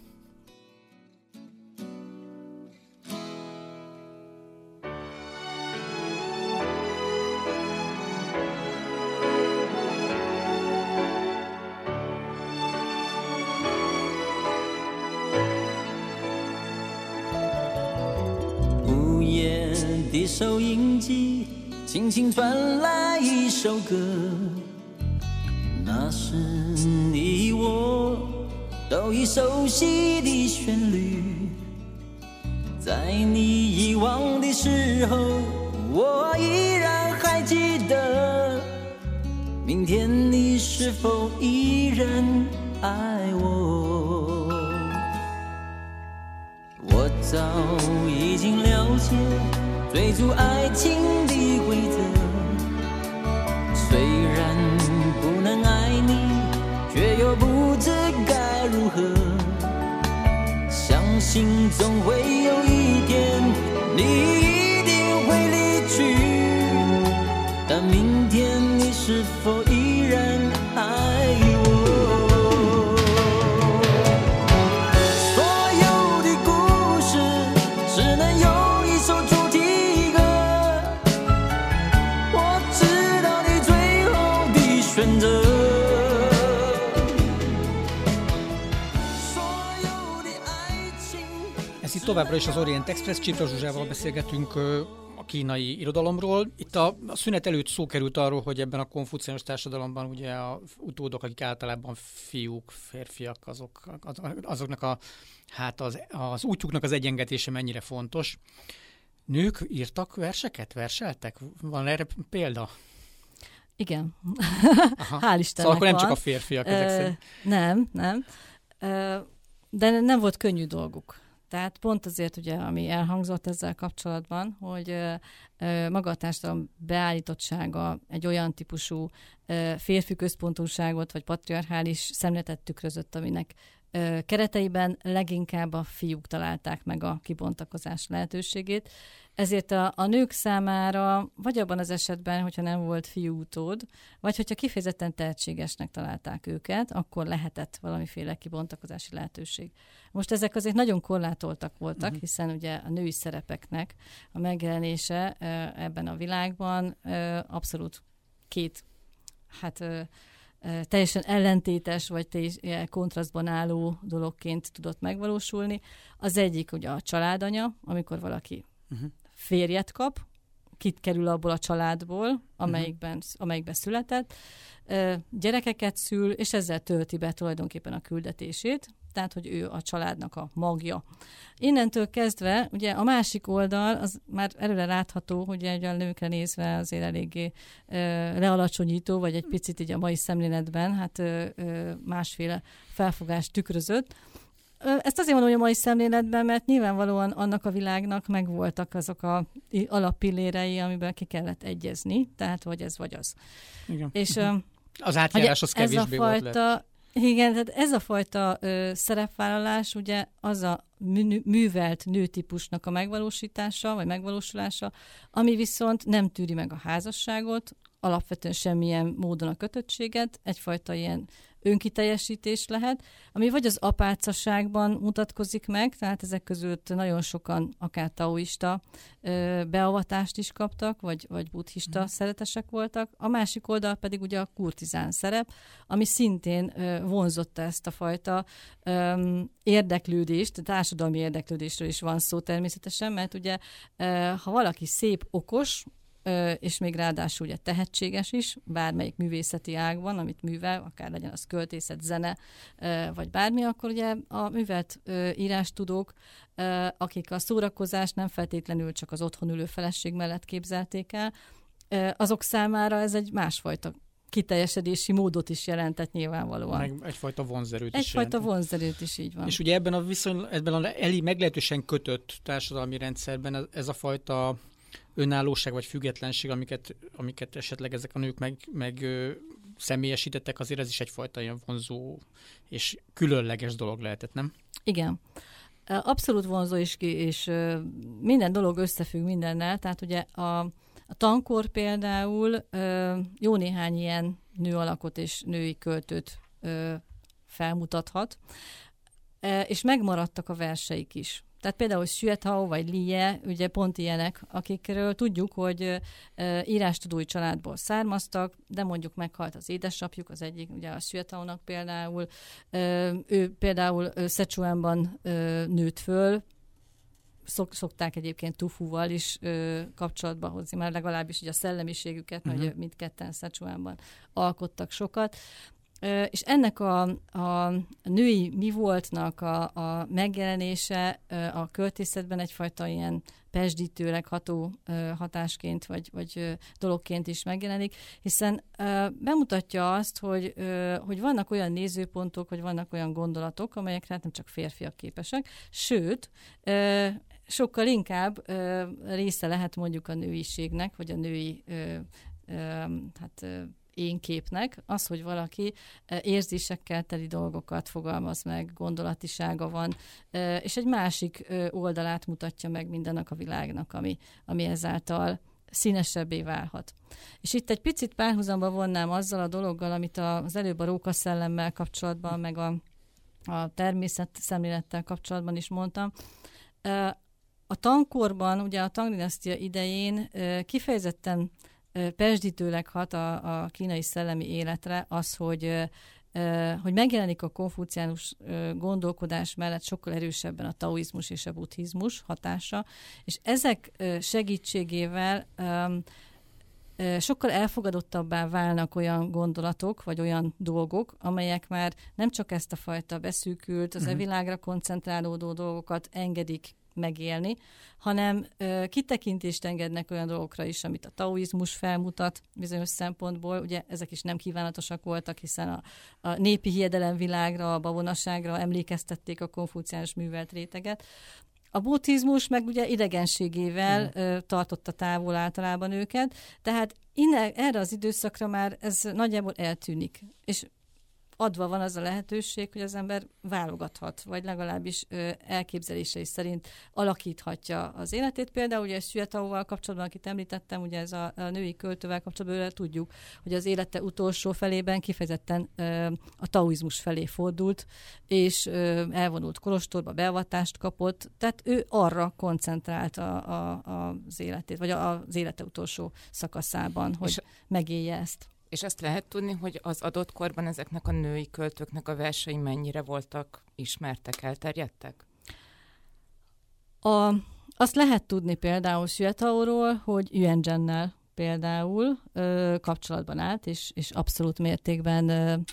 一收音机，轻轻传来一首歌，那是你我都已熟悉的旋律。在你遗忘的时候，我依然还记得。明天你是否依然爱我？我早已经了解追逐爱情的规则，虽然不能爱你，却又不知该如何。相信总会有一天，你一定会离去，但明天你是否依 továbbra is az Orient Express Csipra Zsuzsával beszélgetünk a kínai irodalomról. Itt a szünet előtt szó került arról, hogy ebben a konfuciánus társadalomban ugye a utódok, akik általában fiúk, férfiak, azoknak az útjuknak az egyengetése mennyire fontos. Nők írtak verseket? Verseltek? Van erre példa? Igen. Aha. Hál' Istennek szóval akkor nem van. csak a férfiak ezek szerint. Nem. De nem volt könnyű dolguk. Tehát pont azért, ugye, ami elhangzott ezzel kapcsolatban, hogy maga a társadalom beállítottsága egy olyan típusú férfi központúságot, vagy patriarchális szemléletet tükrözött, aminek kereteiben leginkább a fiúk találták meg a kibontakozás lehetőségét. Ezért a nők számára, vagy abban az esetben, hogyha nem volt fiú utód, vagy hogyha kifejezetten tehetségesnek találták őket, akkor lehetett valamiféle kibontakozási lehetőség. Most ezek azért nagyon korlátoltak voltak, hiszen ugye a női szerepeknek a megjelenése ebben a világban abszolút két, teljesen ellentétes, vagy kontrasztban álló dologként tudott megvalósulni. Az egyik ugye a családanya, amikor valaki férjet kap, kit kerül abból a családból, amelyikben született, gyerekeket szül, és ezzel tölti be tulajdonképpen a küldetését, tehát, hogy ő a családnak a magja. Innentől kezdve, ugye a másik oldal, az már előre látható, hogy egy a nőkre nézve azért eléggé lealacsonyító, vagy egy picit így a mai szemléletben, másféle felfogást tükrözött. Ezt azért mondom, hogy a mai szemléletben, mert nyilvánvalóan annak a világnak megvoltak azok az alappillérei, amiben ki kellett egyezni, tehát vagy ez, vagy az. Igen. És az átjárás az kevésbé volt lett. Igen, tehát ez a fajta szerepvállalás, ugye az a művelt nőtípusnak a megvalósítása, vagy megvalósulása, ami viszont nem tűri meg a házasságot, alapvetően semmilyen módon a kötöttséget, egyfajta ilyen önkiteljesítés lehet, ami vagy az apácaságban mutatkozik meg, tehát ezek között nagyon sokan akár taoista beavatást is kaptak, vagy buddhista szeretesek voltak. A másik oldal pedig ugye a kurtizán szerep, ami szintén vonzotta ezt a fajta érdeklődést, társadalmi érdeklődésről is van szó természetesen, mert ugye ha valaki szép, okos, és még ráadásul ugye tehetséges is, bármelyik művészeti ágban, amit művel, akár legyen az költészet, zene, vagy bármi, akkor ugye a művelt írástudók, akik a szórakozást nem feltétlenül csak az otthon ülő feleség mellett képzelték el, azok számára ez egy másfajta kiteljesedési módot is jelentett nyilvánvalóan. Meg egyfajta vonzerőt is Egyfajta vonzerőt is, így van. És ugye ebben a meglehetősen kötött társadalmi rendszerben ez a fajta önállóság vagy függetlenség, amiket esetleg ezek a nők meg személyesítettek, azért ez is egyfajta ilyen vonzó és különleges dolog lehetett, nem? Igen. Abszolút vonzó, és minden dolog összefügg mindennel, tehát ugye a tankor például jó néhány ilyen nőalakot és női költőt felmutathat, és megmaradtak a verseik is. Tehát például Xue Tao vagy Li Ye, ugye pont ilyenek, akikről tudjuk, hogy írástudói családból származtak, de mondjuk meghalt az édesapjuk, az egyik, ugye a Xue Taonak például, ő például Szechuanban nőtt föl, szokták egyébként Tufuval is kapcsolatba hozni, már legalábbis ugye a szellemiségüket, mert mindketten Szechuanban alkottak sokat. És ennek a női mi voltnak a megjelenése a költészetben egyfajta ilyen pezsdítőleg ható hatásként, vagy dologként is megjelenik, hiszen bemutatja azt, hogy vannak olyan nézőpontok, vagy vannak olyan gondolatok, amelyekre hát nem csak férfiak képesek, sőt, sokkal inkább része lehet mondjuk a nőiségnek, vagy a női én képnek, az, hogy valaki érzésekkel teli dolgokat fogalmaz meg, gondolatisága van, és egy másik oldalát mutatja meg mindennek a világnak, ami ezáltal színesebbé válhat. És itt egy picit párhuzamba vonnám azzal a dologgal, amit az előbb a rókaszellemmel kapcsolatban, meg a természetszemlélettel kapcsolatban is mondtam. A tankorban, ugye a Tang-dinasztia idején kifejezetten pezsdítőleg hat a kínai szellemi életre az, hogy hogy megjelenik a konfuciánus gondolkodás mellett sokkal erősebben a taoizmus és a buddhizmus hatása, és ezek segítségével sokkal elfogadottabbá válnak olyan gondolatok, vagy olyan dolgok, amelyek már nem csak ezt a fajta beszűkült, az világra koncentrálódó dolgokat engedik megélni, hanem kitekintést engednek olyan dolgokra is, amit a taoizmus felmutat bizonyos szempontból. Ugye ezek is nem kívánatosak voltak, hiszen a népi hiedelemvilágra, a babonaságra emlékeztették a konfuciánus művelt réteget. A buddhizmus meg ugye idegenségével tartotta távol általában őket, tehát erre az időszakra már ez nagyjából eltűnik. És adva van az a lehetőség, hogy az ember válogathat, vagy legalábbis elképzelései szerint alakíthatja az életét. Például ugye Xue Taoval kapcsolatban, akit említettem, ugye ez a női költővel kapcsolatban tudjuk, hogy az élete utolsó felében kifejezetten a taoizmus felé fordult, és elvonult kolostorba, beavatást kapott, tehát ő arra koncentrált az életét, vagy az élete utolsó szakaszában, hogy megélje ezt. És azt lehet tudni, hogy az adott korban ezeknek a női költőknek a versei mennyire voltak ismertek, elterjedtek? Azt lehet tudni például Xue Taoról, hogy Yuan Zhennel például kapcsolatban állt, és abszolút mértékben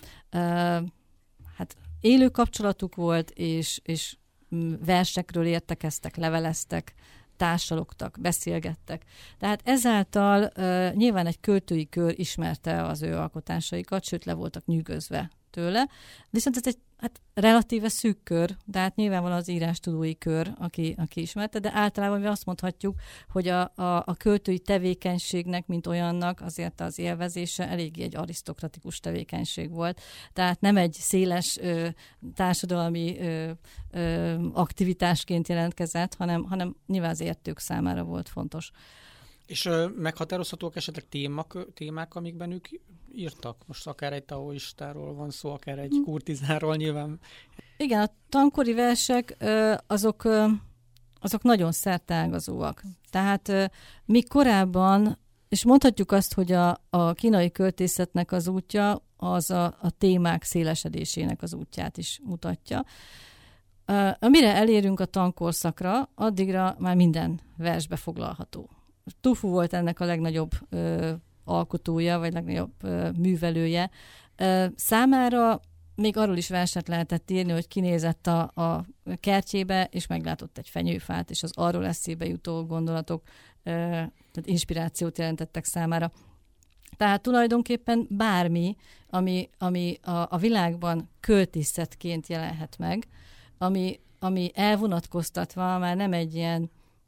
hát élő kapcsolatuk volt, és versekről értekeztek, leveleztek, társalogtak, beszélgettek. Tehát ezáltal nyilván egy költői kör ismerte az ő alkotásaikat, sőt le voltak nyűgözve tőle. Viszont ez egy relatíve szűk kör, de hát nyilvánvalóan az írástudói kör, aki ismerte, de általában mi azt mondhatjuk, hogy a költői tevékenységnek, mint olyannak azért az élvezése eléggé egy arisztokratikus tevékenység volt. Tehát nem egy széles társadalmi aktivitásként jelentkezett, hanem nyilván az értők számára volt fontos. És meghatározhatók esetleg témák, amikben ők írtak? Most akár egy taoistáról van szó, akár egy kurtizánról nyilván. Igen, a tankori versek azok nagyon szerteágazóak. Tehát mi korábban, és mondhatjuk azt, hogy a kínai költészetnek az útja az a témák szélesedésének az útját is mutatja. Amire elérünk a tankorszakra, addigra már minden versbe foglalható. Tu Fu volt ennek a legnagyobb alkotója, vagy legnagyobb művelője. Számára még arról is verset lehetett írni, hogy kinézett a kertjébe, és meglátott egy fenyőfát, és az arról eszébe jutó gondolatok, tehát inspirációt jelentettek számára. Tehát tulajdonképpen bármi, ami a világban költészetként jelenhet meg, ami elvonatkoztatva már nem egy ilyen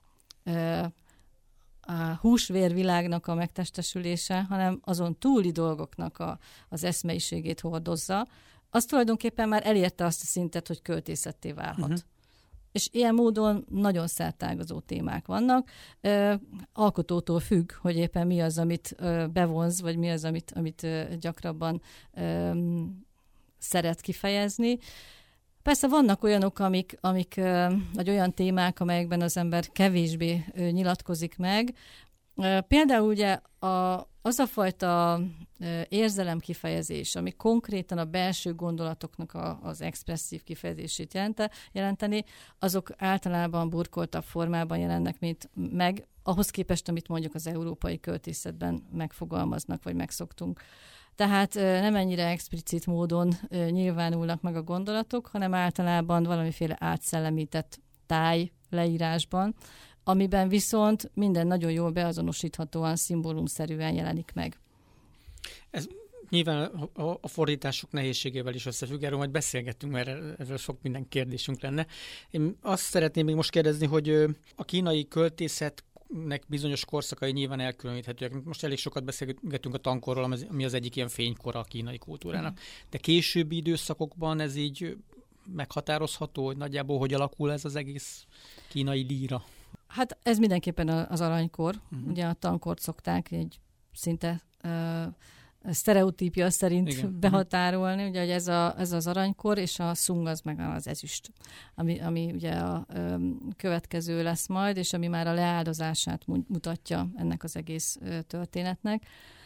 a húsvérvilágnak a megtestesülése, hanem azon túli dolgoknak az eszmeiségét hordozza, az tulajdonképpen már elérte azt a szintet, hogy költészetté válhat. És ilyen módon nagyon szertágazó témák vannak. Alkotótól függ, hogy éppen mi az, amit bevonz, vagy mi az, amit gyakrabban szeret kifejezni. Persze vannak olyanok, amik vagy olyan témák, amelyekben az ember kevésbé nyilatkozik meg. Például ugye az a fajta érzelemkifejezés, ami konkrétan a belső gondolatoknak az expresszív kifejezését jelenteni, azok általában burkoltabb formában jelennek meg, ahhoz képest, amit mondjuk az európai költészetben megfogalmaznak, vagy megszoktunk. Tehát nem ennyire explicit módon nyilvánulnak meg a gondolatok, hanem általában valamiféle átszellemített táj leírásban, amiben viszont minden nagyon jól beazonosíthatóan, szimbólumszerűen jelenik meg. Ez nyilván a fordítások nehézségével is összefügg, erről majd beszélgettünk, mert erről sok minden kérdésünk lenne. Én azt szeretném még most kérdezni, hogy a kínai költészetnek bizonyos korszakai nyilván elkülöníthetőek. Most elég sokat beszélgetünk a tankorról, ami az egyik ilyen fénykora a kínai kultúrának. De későbbi időszakokban ez így meghatározható, hogy nagyjából hogy alakul ez az egész kínai líra? Hát ez mindenképpen az aranykor. Ugye a tankort szokták egy szinte sztereotípia szerint behatárolni, ugye, hogy ez az aranykor, és a szung az meg az ezüst, ami ugye a következő lesz majd, és ami már a leáldozását mutatja ennek az egész történetnek.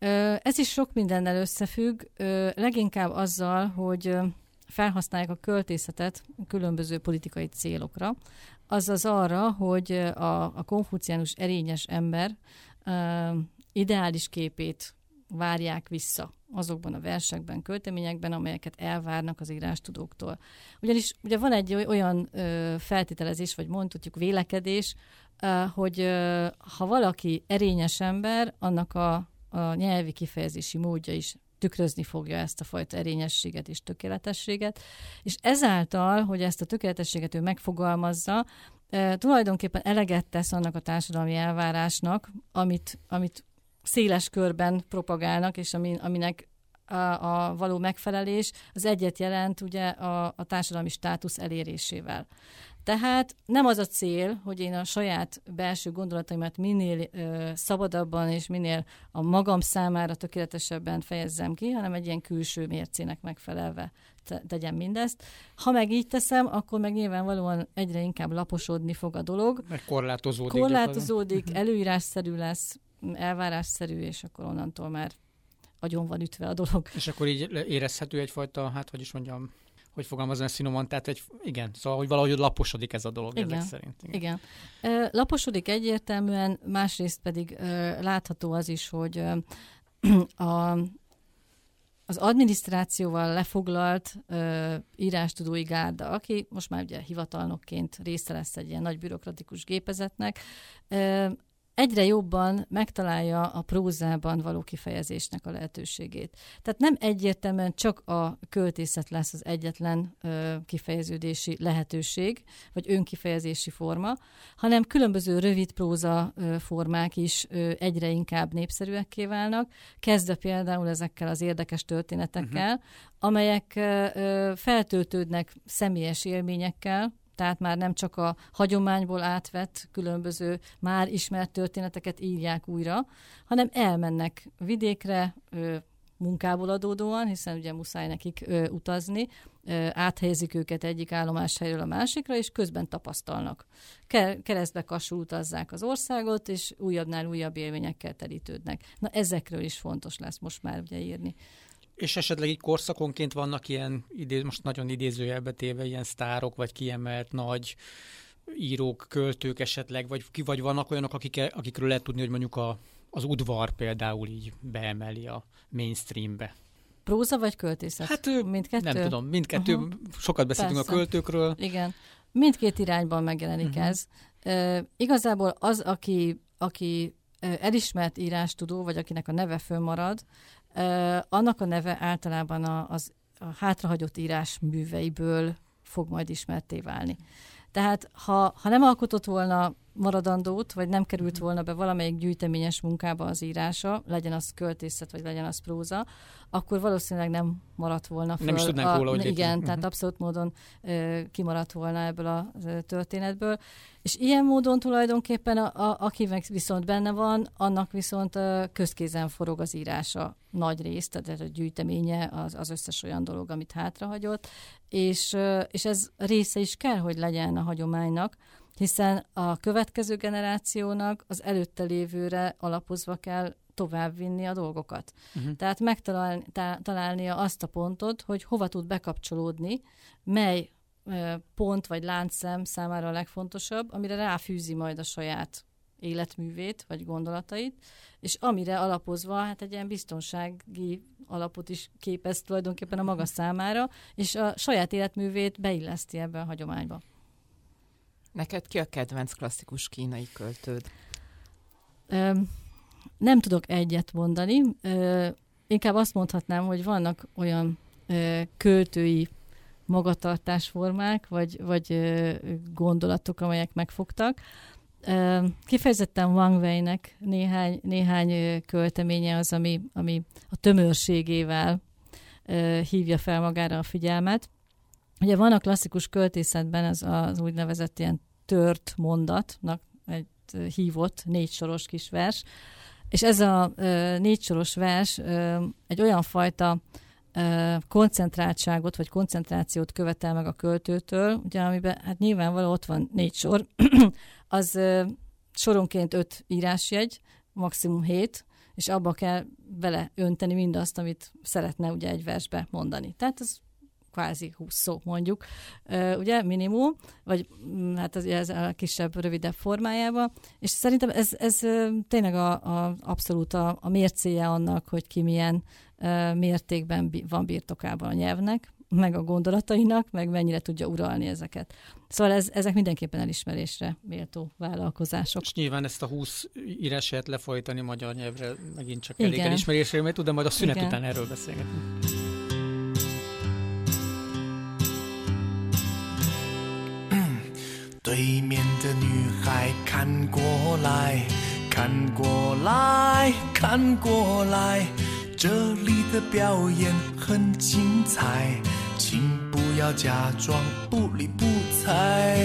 Ez is sok mindennel összefügg, leginkább azzal, hogy felhasználják a költészetet különböző politikai célokra, azaz arra, hogy a konfuciánus erényes ember ideális képét várják vissza azokban a versekben, költeményekben, amelyeket elvárnak az írástudóktól. Ugyanis ugye van egy olyan feltételezés, vagy mondhatjuk vélekedés, hogy ha valaki erényes ember, annak a nyelvi kifejezési módja is tükrözni fogja ezt a fajta erényességet és tökéletességet, és ezáltal, hogy ezt a tökéletességet ő megfogalmazza, tulajdonképpen eleget tesz annak a társadalmi elvárásnak, amit széles körben propagálnak, és aminek a való megfelelés az egyet jelent ugye a társadalmi státusz elérésével. Tehát nem az a cél, hogy én a saját belső gondolataimat minél szabadabban és minél a magam számára tökéletesebben fejezzem ki, hanem egy ilyen külső mércének megfelelve tegyem mindezt. Ha meg így teszem, akkor meg nyilvánvalóan egyre inkább laposodni fog a dolog. Meg korlátozódik, előírásszerű lesz, elvárásszerű, és akkor onnantól már agyon van ütve a dolog. És akkor így érezhető egyfajta, hogy fogalmazom ezt finoman, tehát igen, szóval, hogy valahogy laposodik ez a dolog ezek szerint. Igen. Laposodik egyértelműen, másrészt pedig látható az is, hogy az adminisztrációval lefoglalt írástudói gárda, aki most már ugye hivatalnokként része lesz egy ilyen nagy bürokratikus gépezetnek, egyre jobban megtalálja a prózában való kifejezésnek a lehetőségét. Tehát nem egyértelműen csak a költészet lesz az egyetlen kifejeződési lehetőség, vagy önkifejezési forma, hanem különböző rövid próza formák is egyre inkább népszerűekké válnak, kezdve például ezekkel az érdekes történetekkel, amelyek feltöltődnek személyes élményekkel, tehát már nem csak a hagyományból átvett különböző már ismert történeteket írják újra, hanem elmennek vidékre munkából adódóan, hiszen ugye muszáj nekik utazni, áthelyezik őket egyik állomáshelyről a másikra, és közben tapasztalnak. Keresztbe kassul utazzák az országot, és újabbnál újabb élményekkel telítődnek. Na ezekről is fontos lesz most már ugye írni. És esetleg így korszakonként vannak ilyen, most nagyon idézőjelbe téve, ilyen sztárok, vagy kiemelt nagy írók, költők esetleg, vagy vannak olyanok, akikről lehet tudni, hogy mondjuk az udvar például így beemeli a mainstreambe. Próza vagy költészet? Hát mindkettő? Nem tudom, mindkettő. Sokat beszéltünk a költőkről. Igen. Mindkét irányban megjelenik ez. Igazából az, aki elismert írástudó, vagy akinek a neve fönnmarad, annak a neve általában a hátrahagyott írásműveiből fog majd ismertté válni. Tehát ha nem alkotott volna maradandót, vagy nem került volna be valamelyik gyűjteményes munkába az írása, legyen az költészet, vagy legyen az próza, akkor valószínűleg nem maradt volna föl. Nem is tudnánk róla, hogy igen, tehát abszolút módon kimaradt volna ebből a történetből. És ilyen módon tulajdonképpen akinek viszont benne van, annak viszont közkézen forog az írása nagy részt, tehát a gyűjteménye, az összes olyan dolog, amit hátrahagyott, és ez része is kell, hogy legyen a hagyománynak, hiszen a következő generációnak az előtte lévőre alapozva kell továbbvinni a dolgokat. Tehát megtalálnia azt a pontot, hogy hova tud bekapcsolódni, mely pont vagy láncszem számára a legfontosabb, amire ráfűzi majd a saját életművét, vagy gondolatait, és amire alapozva hát egy ilyen biztonsági alapot is képez tulajdonképpen a maga számára, és a saját életművét beilleszti ebbe a hagyományba. Neked ki a kedvenc klasszikus kínai költőd? Nem tudok egyet mondani. Inkább azt mondhatnám, hogy vannak olyan költői magatartásformák, vagy gondolatok, amelyek megfogtak. Kifejezetten Wang Weinek néhány költeménye az, ami a tömörségével hívja fel magára a figyelmet. Ugye van a klasszikus költészetben az úgynevezett ilyen tört mondatnak egy hívott 4 soros kis vers, és ez a 4 soros vers egy olyan fajta koncentráltságot, vagy koncentrációt követel meg a költőtől, ugye, amiben hát nyilvánvaló ott van 4 sor, az soronként 5 írásjegy, maximum 7, és abba kell vele önteni mindazt, amit szeretne ugye egy versbe mondani. Tehát ez kvázi 20 szó mondjuk, ugye minimum, vagy hát ez a kisebb, rövidebb formájában, és szerintem ez tényleg abszolút a mércéje annak, hogy ki milyen mértékben van birtokában a nyelvnek, meg a gondolatainak, meg mennyire tudja uralni ezeket. Szóval ezek mindenképpen elismerésre méltó vállalkozások. És nyilván ezt a 20 írását lefolytani magyar nyelvre megint csak elég elismerésre méltó, de majd a szünet után erről beszélgetünk. 对面的女孩看过来，看过来，看过来，这里的表演很精彩，请不要假装不理不睬。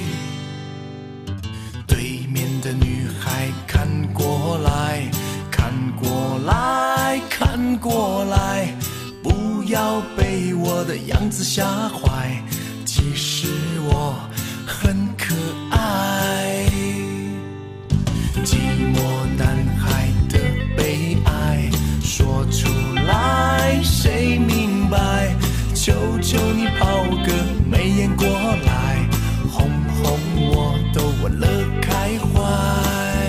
对面的女孩看过来，看过来，看过来，不要被我的样子吓坏，其实我很可爱。寂寞男孩的悲哀说出来谁明白，求求你抛个媚眼过来，哄哄我都忘了开怀。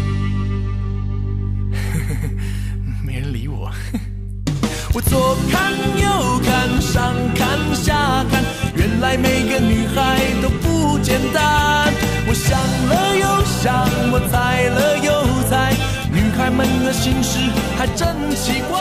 没人理我。我左看右看上看下看，原来每个女孩都不简单。我想了又想，我猜了又猜，女孩们的心事还真奇怪。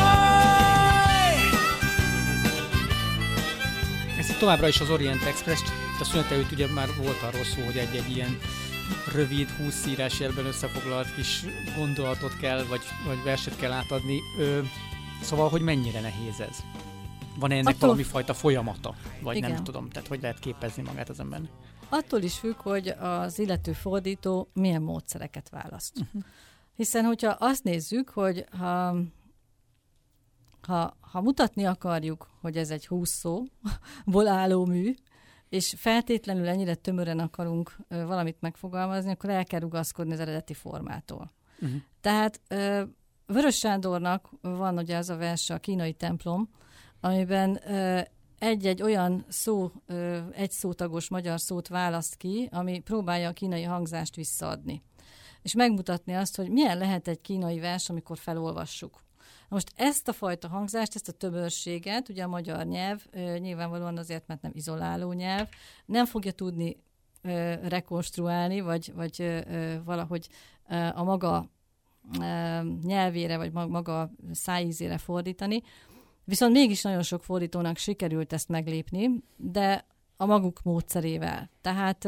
Ez itt továbbra is az Orient Express, a szünet előtt ugye már volt arról szó, hogy egy ilyen rövid, 20 írásjelben összefoglalt kis gondolatot kell, vagy verset kell átadni. Szóval, hogy mennyire nehéz ez? Van-e ennek valami fajta folyamata? Vagy igen. Nem tudom, tehát hogy lehet képezni magát az embernek? Attól is függ, hogy az illető fordító milyen módszereket választ. Hiszen, hogyha azt nézzük, hogy ha mutatni akarjuk, hogy ez egy 20 szóból álló mű, és feltétlenül ennyire tömören akarunk valamit megfogalmazni, akkor el kell rugaszkodni az eredeti formától. Tehát Vörös Sándornak van ugye az a verse, a Kínai templom, amiben egy-egy olyan szó, egy szótagos magyar szót választ ki, ami próbálja a kínai hangzást visszaadni. És megmutatni azt, hogy milyen lehet egy kínai vers, amikor felolvassuk. Most ezt a fajta hangzást, ezt a tömörséget, ugye a magyar nyelv, nyilvánvalóan azért, mert nem izoláló nyelv, nem fogja tudni rekonstruálni, vagy valahogy a maga nyelvére, vagy maga szájízére fordítani. Viszont mégis nagyon sok fordítónak sikerült ezt meglépni, de a maguk módszerével. Tehát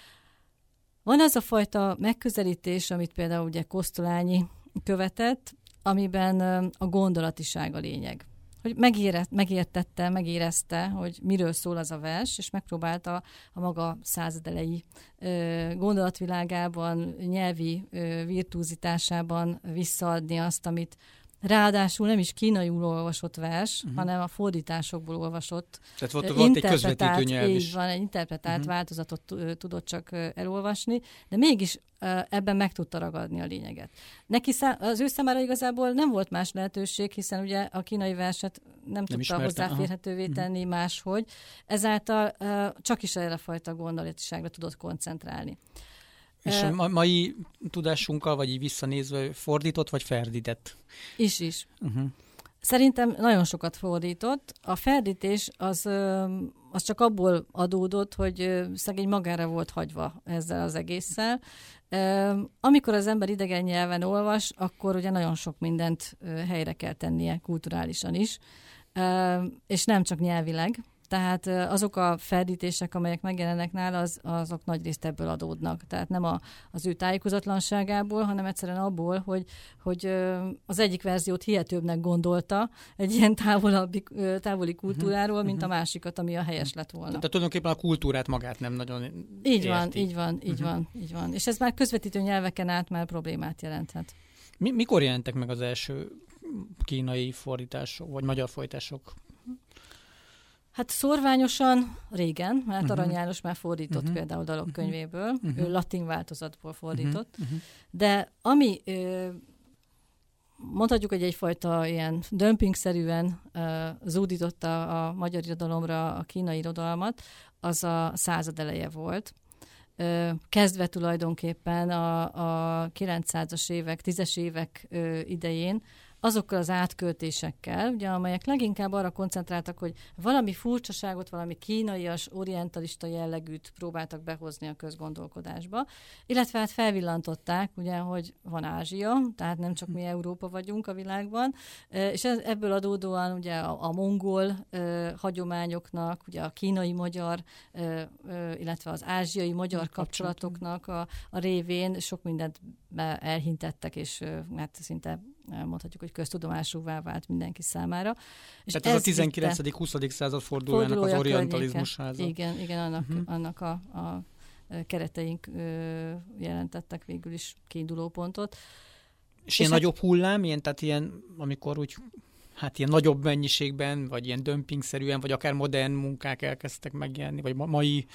van az a fajta megközelítés, amit például ugye Kosztolányi követett, amiben a gondolatiság a lényeg. Hogy megértette, megérezte, hogy miről szól az a vers, és megpróbálta a maga századelei gondolatvilágában, nyelvi virtuozitásában visszaadni azt, amit ráadásul nem is kínaiul olvasott vers, hanem a fordításokból olvasott. Tehát volt egy közvetítő nyelv is. Így van, egy interpretált változatot tudott csak elolvasni, de mégis ebben meg tudta ragadni a lényeget. Neki az ő számára igazából nem volt más lehetőség, hiszen ugye a kínai verset nem tudta hozzáférhetővé tenni máshogy, ezáltal csak is erre a fajta gondolatiságra tudott koncentrálni. És a mai tudásunkkal, vagy így visszanézve fordított, vagy ferdített? Is. Szerintem nagyon sokat fordított. A ferdítés az csak abból adódott, hogy szegény magára volt hagyva ezzel az egésszel. Amikor az ember idegen nyelven olvas, akkor ugye nagyon sok mindent helyre kell tennie kulturálisan is, és nem csak nyelvileg. Tehát azok a ferdítések, amelyek megjelennek nála, azok nagyrészt ebből adódnak. Tehát nem az ő tájékozatlanságából, hanem egyszerűen abból, hogy az egyik verziót hihetőbbnek gondolta egy ilyen távoli kultúráról, mint a másikat, ami a helyes lett volna. Tehát tulajdonképpen a kultúrát magát nem nagyon érti. Így van. És ez már közvetítő nyelveken át már problémát jelenthet. Mikor jelentek meg az első kínai fordítások, vagy magyar fordítások? Hát szorványosan régen, mert Arany János már fordított például dalok könyvéből, ő latin változatból fordított, de ami mondhatjuk, hogy egyfajta ilyen dömpingszerűen zúdította a magyar irodalomra a kínai irodalmat, az a század eleje volt. Kezdve tulajdonképpen a 900-as évek, 10-es évek idején, azokkal az átköltésekkel, ugye, amelyek leginkább arra koncentráltak, hogy valami furcsaságot, valami kínaias, orientalista jellegűt próbáltak behozni a közgondolkodásba, illetve hát felvillantották, ugye, hogy van Ázsia, tehát nem csak mi Európa vagyunk a világban, és ebből adódóan ugye a mongol hagyományoknak, ugye a kínai-magyar, illetve az ázsiai-magyar kapcsolatoknak a révén sok mindent elhintettek, és hát szinte mondhatjuk, hogy köztudomásúvá vált mindenki számára. És tehát ez a 19.-20. század fordulójának az orientalizmusáza. Igen, annak a kereteink jelentettek végül is kiindulópontot. És ilyen nagyobb hullám, tehát ilyen, amikor úgy, hát ilyen nagyobb mennyiségben, vagy ilyen dömpingszerűen, vagy akár modern munkák elkezdtek megjelenni, vagy mai,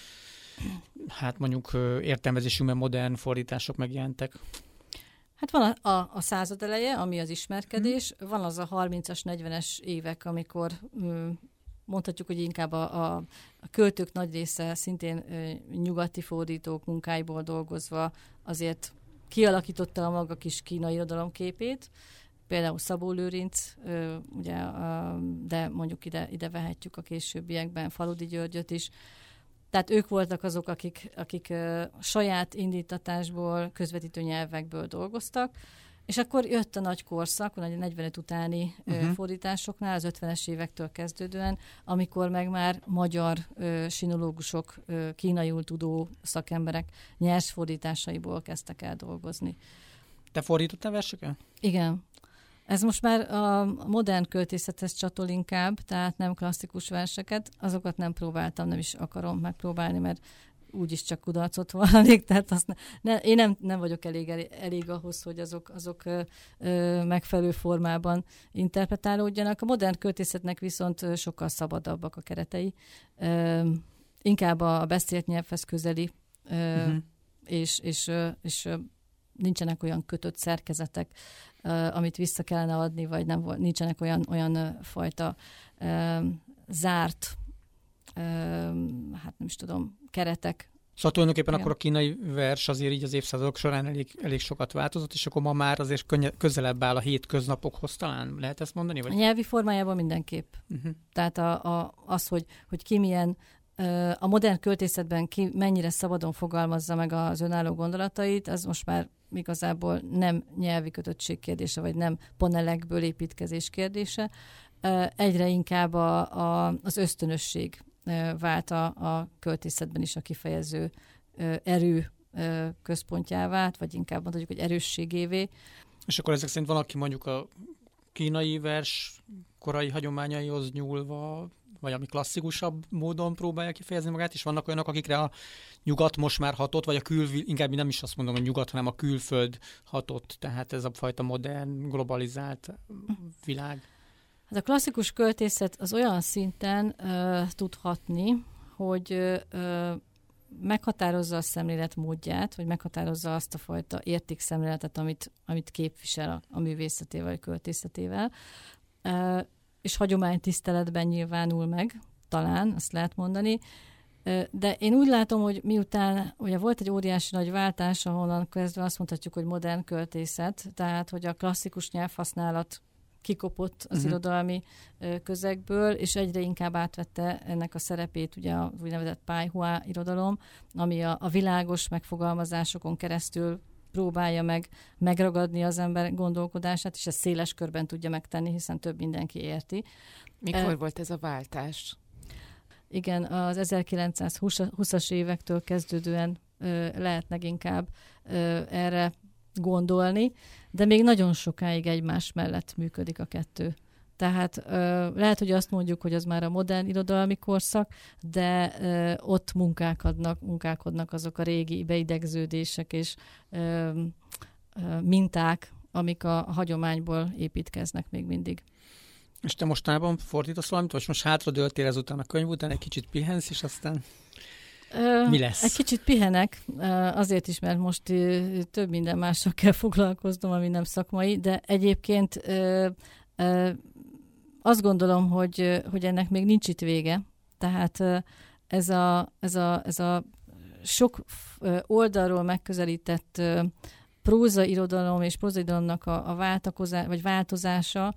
hát mondjuk értelmezésünkben modern fordítások megjelentek. Hát van a század eleje, ami az ismerkedés, van az a 30-as, 40-es évek, amikor mondhatjuk, hogy inkább a költők nagy része szintén nyugati fordítók munkáiból dolgozva azért kialakította a maga kis kínai irodalomképét, például Szabó Lőrinc, ugye, de mondjuk ide vehetjük a későbbiekben Faludi Györgyöt is. Tehát ők voltak azok, akik saját indítatásból, közvetítő nyelvekből dolgoztak, és akkor jött a nagy korszak, a 45 utáni fordításoknál, az 50-es évektől kezdődően, amikor meg már magyar sinológusok, kínaiul tudó szakemberek nyers fordításaiból kezdtek el dolgozni. Te fordítottál verseket? Igen. Ez most már a modern költészethez csatol inkább, tehát nem klasszikus verseket, azokat nem próbáltam, nem is akarom megpróbálni, mert úgyis csak kudarcot vallanék, tehát én nem vagyok elég ahhoz, hogy azok megfelelő formában interpretálódjanak. A modern költészetnek viszont sokkal szabadabbak a keretei, inkább a beszélt nyelvhez közeli, és nincsenek olyan kötött szerkezetek, amit vissza kellene adni, vagy nincsenek olyan fajta zárt, hát nem is tudom, keretek. Szóval tulajdonképpen akkor a kínai vers azért így az évszázadok során elég sokat változott, és akkor ma már azért közelebb áll a hétköznapokhoz, talán lehet ezt mondani? Vagy? A nyelvi formájában mindenképp. Tehát az, hogy ki milyen a modern költészetben ki mennyire szabadon fogalmazza meg az önálló gondolatait, az most már igazából nem nyelvi kötöttség kérdése, vagy nem panelekből építkezés kérdése. Egyre inkább az ösztönösség vált a költészetben is a kifejező erő központjává, vagy inkább mondhatjuk, hogy erősségévé. És akkor ezek szerint van, aki mondjuk a kínai vers korai hagyományaihoz nyúlva, vagy ami klasszikusabb módon próbálja kifejezni magát, és vannak olyanok, akikre a nyugat most már hatott, vagy inkább nem is azt mondom, hogy nyugat, hanem a külföld hatott, tehát ez a fajta modern, globalizált világ. Hát a klasszikus költészet az olyan szinten tud hatni, hogy meghatározza a szemlélet módját, vagy meghatározza azt a fajta értékszemléletet, amit képvisel a művészetével, vagy költészetével, és hagyománytiszteletben nyilvánul meg, talán, azt lehet mondani. De én úgy látom, hogy miután ugye volt egy óriási nagy váltás, ahonnan kezdve azt mondhatjuk, hogy modern költészet, tehát hogy a klasszikus nyelvhasználat kikopott az irodalmi közegből, és egyre inkább átvette ennek a szerepét ugye a úgynevezett pályhua irodalom, ami a világos megfogalmazásokon keresztül próbálja megragadni az ember gondolkodását, és ezt széles körben tudja megtenni, hiszen több mindenki érti. Mikor volt ez a váltás? Igen, az 1920-as évektől kezdődően lehet leginkább erre gondolni, de még nagyon sokáig egymás mellett működik a kettő. Tehát lehet, hogy azt mondjuk, hogy az már a modern irodalmi korszak, de ott munkálkodnak azok a régi beidegződések és minták, amik a hagyományból építkeznek még mindig. És te mostában fordítasz valamit, vagy most hátradőltél ezután a könyv után, egy kicsit pihensz, és aztán... Mi lesz? Egy kicsit pihenek, azért is, mert most több minden mással kell foglalkoznom, ami nem szakmai, de egyébként azt gondolom, hogy ennek még nincs itt vége. Tehát ez a sok oldalról megközelített prózairodalom és prózairodalomnak a változása,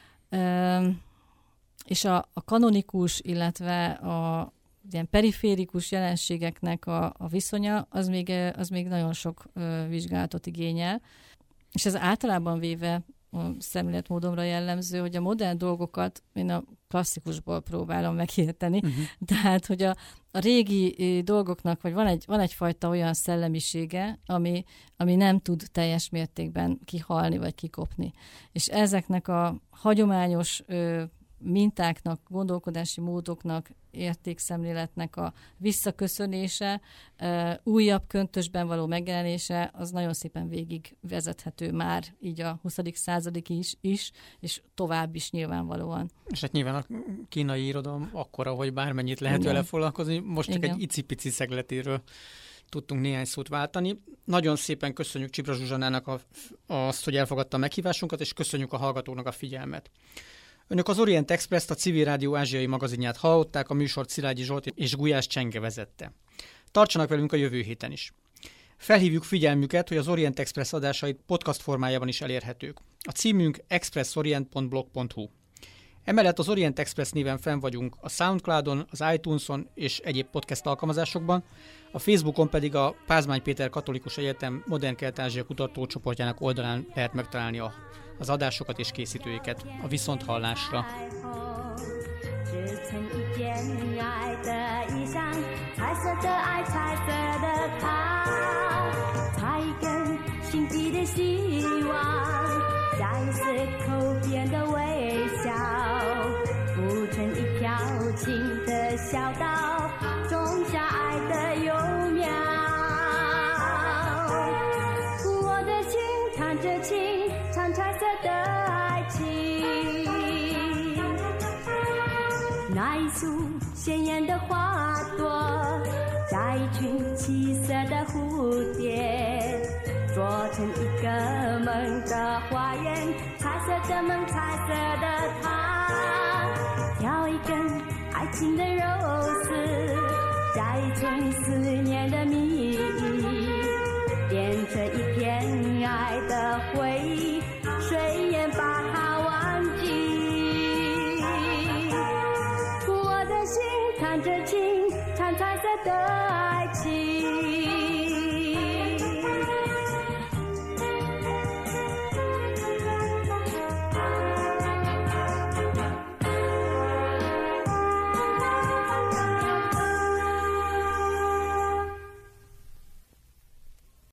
és a kanonikus, illetve a ilyen periférikus jelenségeknek a viszonya, az még nagyon sok vizsgálatot igényel. És ez általában véve a szemléletmódomra jellemző, hogy a modern dolgokat én a klasszikusból próbálom megérteni. Tehát, hogy a régi dolgoknak, vagy van egyfajta olyan szellemisége, ami nem tud teljes mértékben kihalni, vagy kikopni. És ezeknek a hagyományos mintáknak, gondolkodási módoknak, értékszemléletnek a visszaköszönése, újabb köntösben való megjelenése, az nagyon szépen végig vezethető már így a 20. századig is, és tovább is nyilvánvalóan. És hát nyilván a kínai irodalom akkora, hogy bármennyit lehet vele foglalkozni, most csak egy icipici szegletéről tudtunk néhány szót váltani. Nagyon szépen köszönjük Csipra Zsuzsannának azt, hogy elfogadta a meghívásunkat, és köszönjük a hallgatóknak a figyelmet. Önök az Orient Express-t, a Civil Rádió ázsiai magazinját hallották, a műsort Szilágyi Zsolt és Gulyás Csenge vezette. Tartsanak velünk a jövő héten is. Felhívjuk figyelmüket, hogy az Orient Express adásait podcast formájában is elérhetők. A címünk expressorient.blog.hu. Emellett az Orient Express néven fenn vagyunk a Soundcloudon, az iTunes-on és egyéb podcast alkalmazásokban, a Facebookon pedig a Pázmány Péter Katolikus Egyetem Modern Kelet-Ázsia kutatócsoportjának oldalán lehet megtalálni az adásokat és készítőiket. A viszonthallásra! 那一束鲜艳的花朵，加一群七色的蝴蝶，做成一个梦的花园，彩色的梦，彩色的她，挑一根爱情的肉丝，加一层思念的蜜，变成一片爱的回忆，谁也把它忘记。我的心弹着琴，唱彩色的爱情。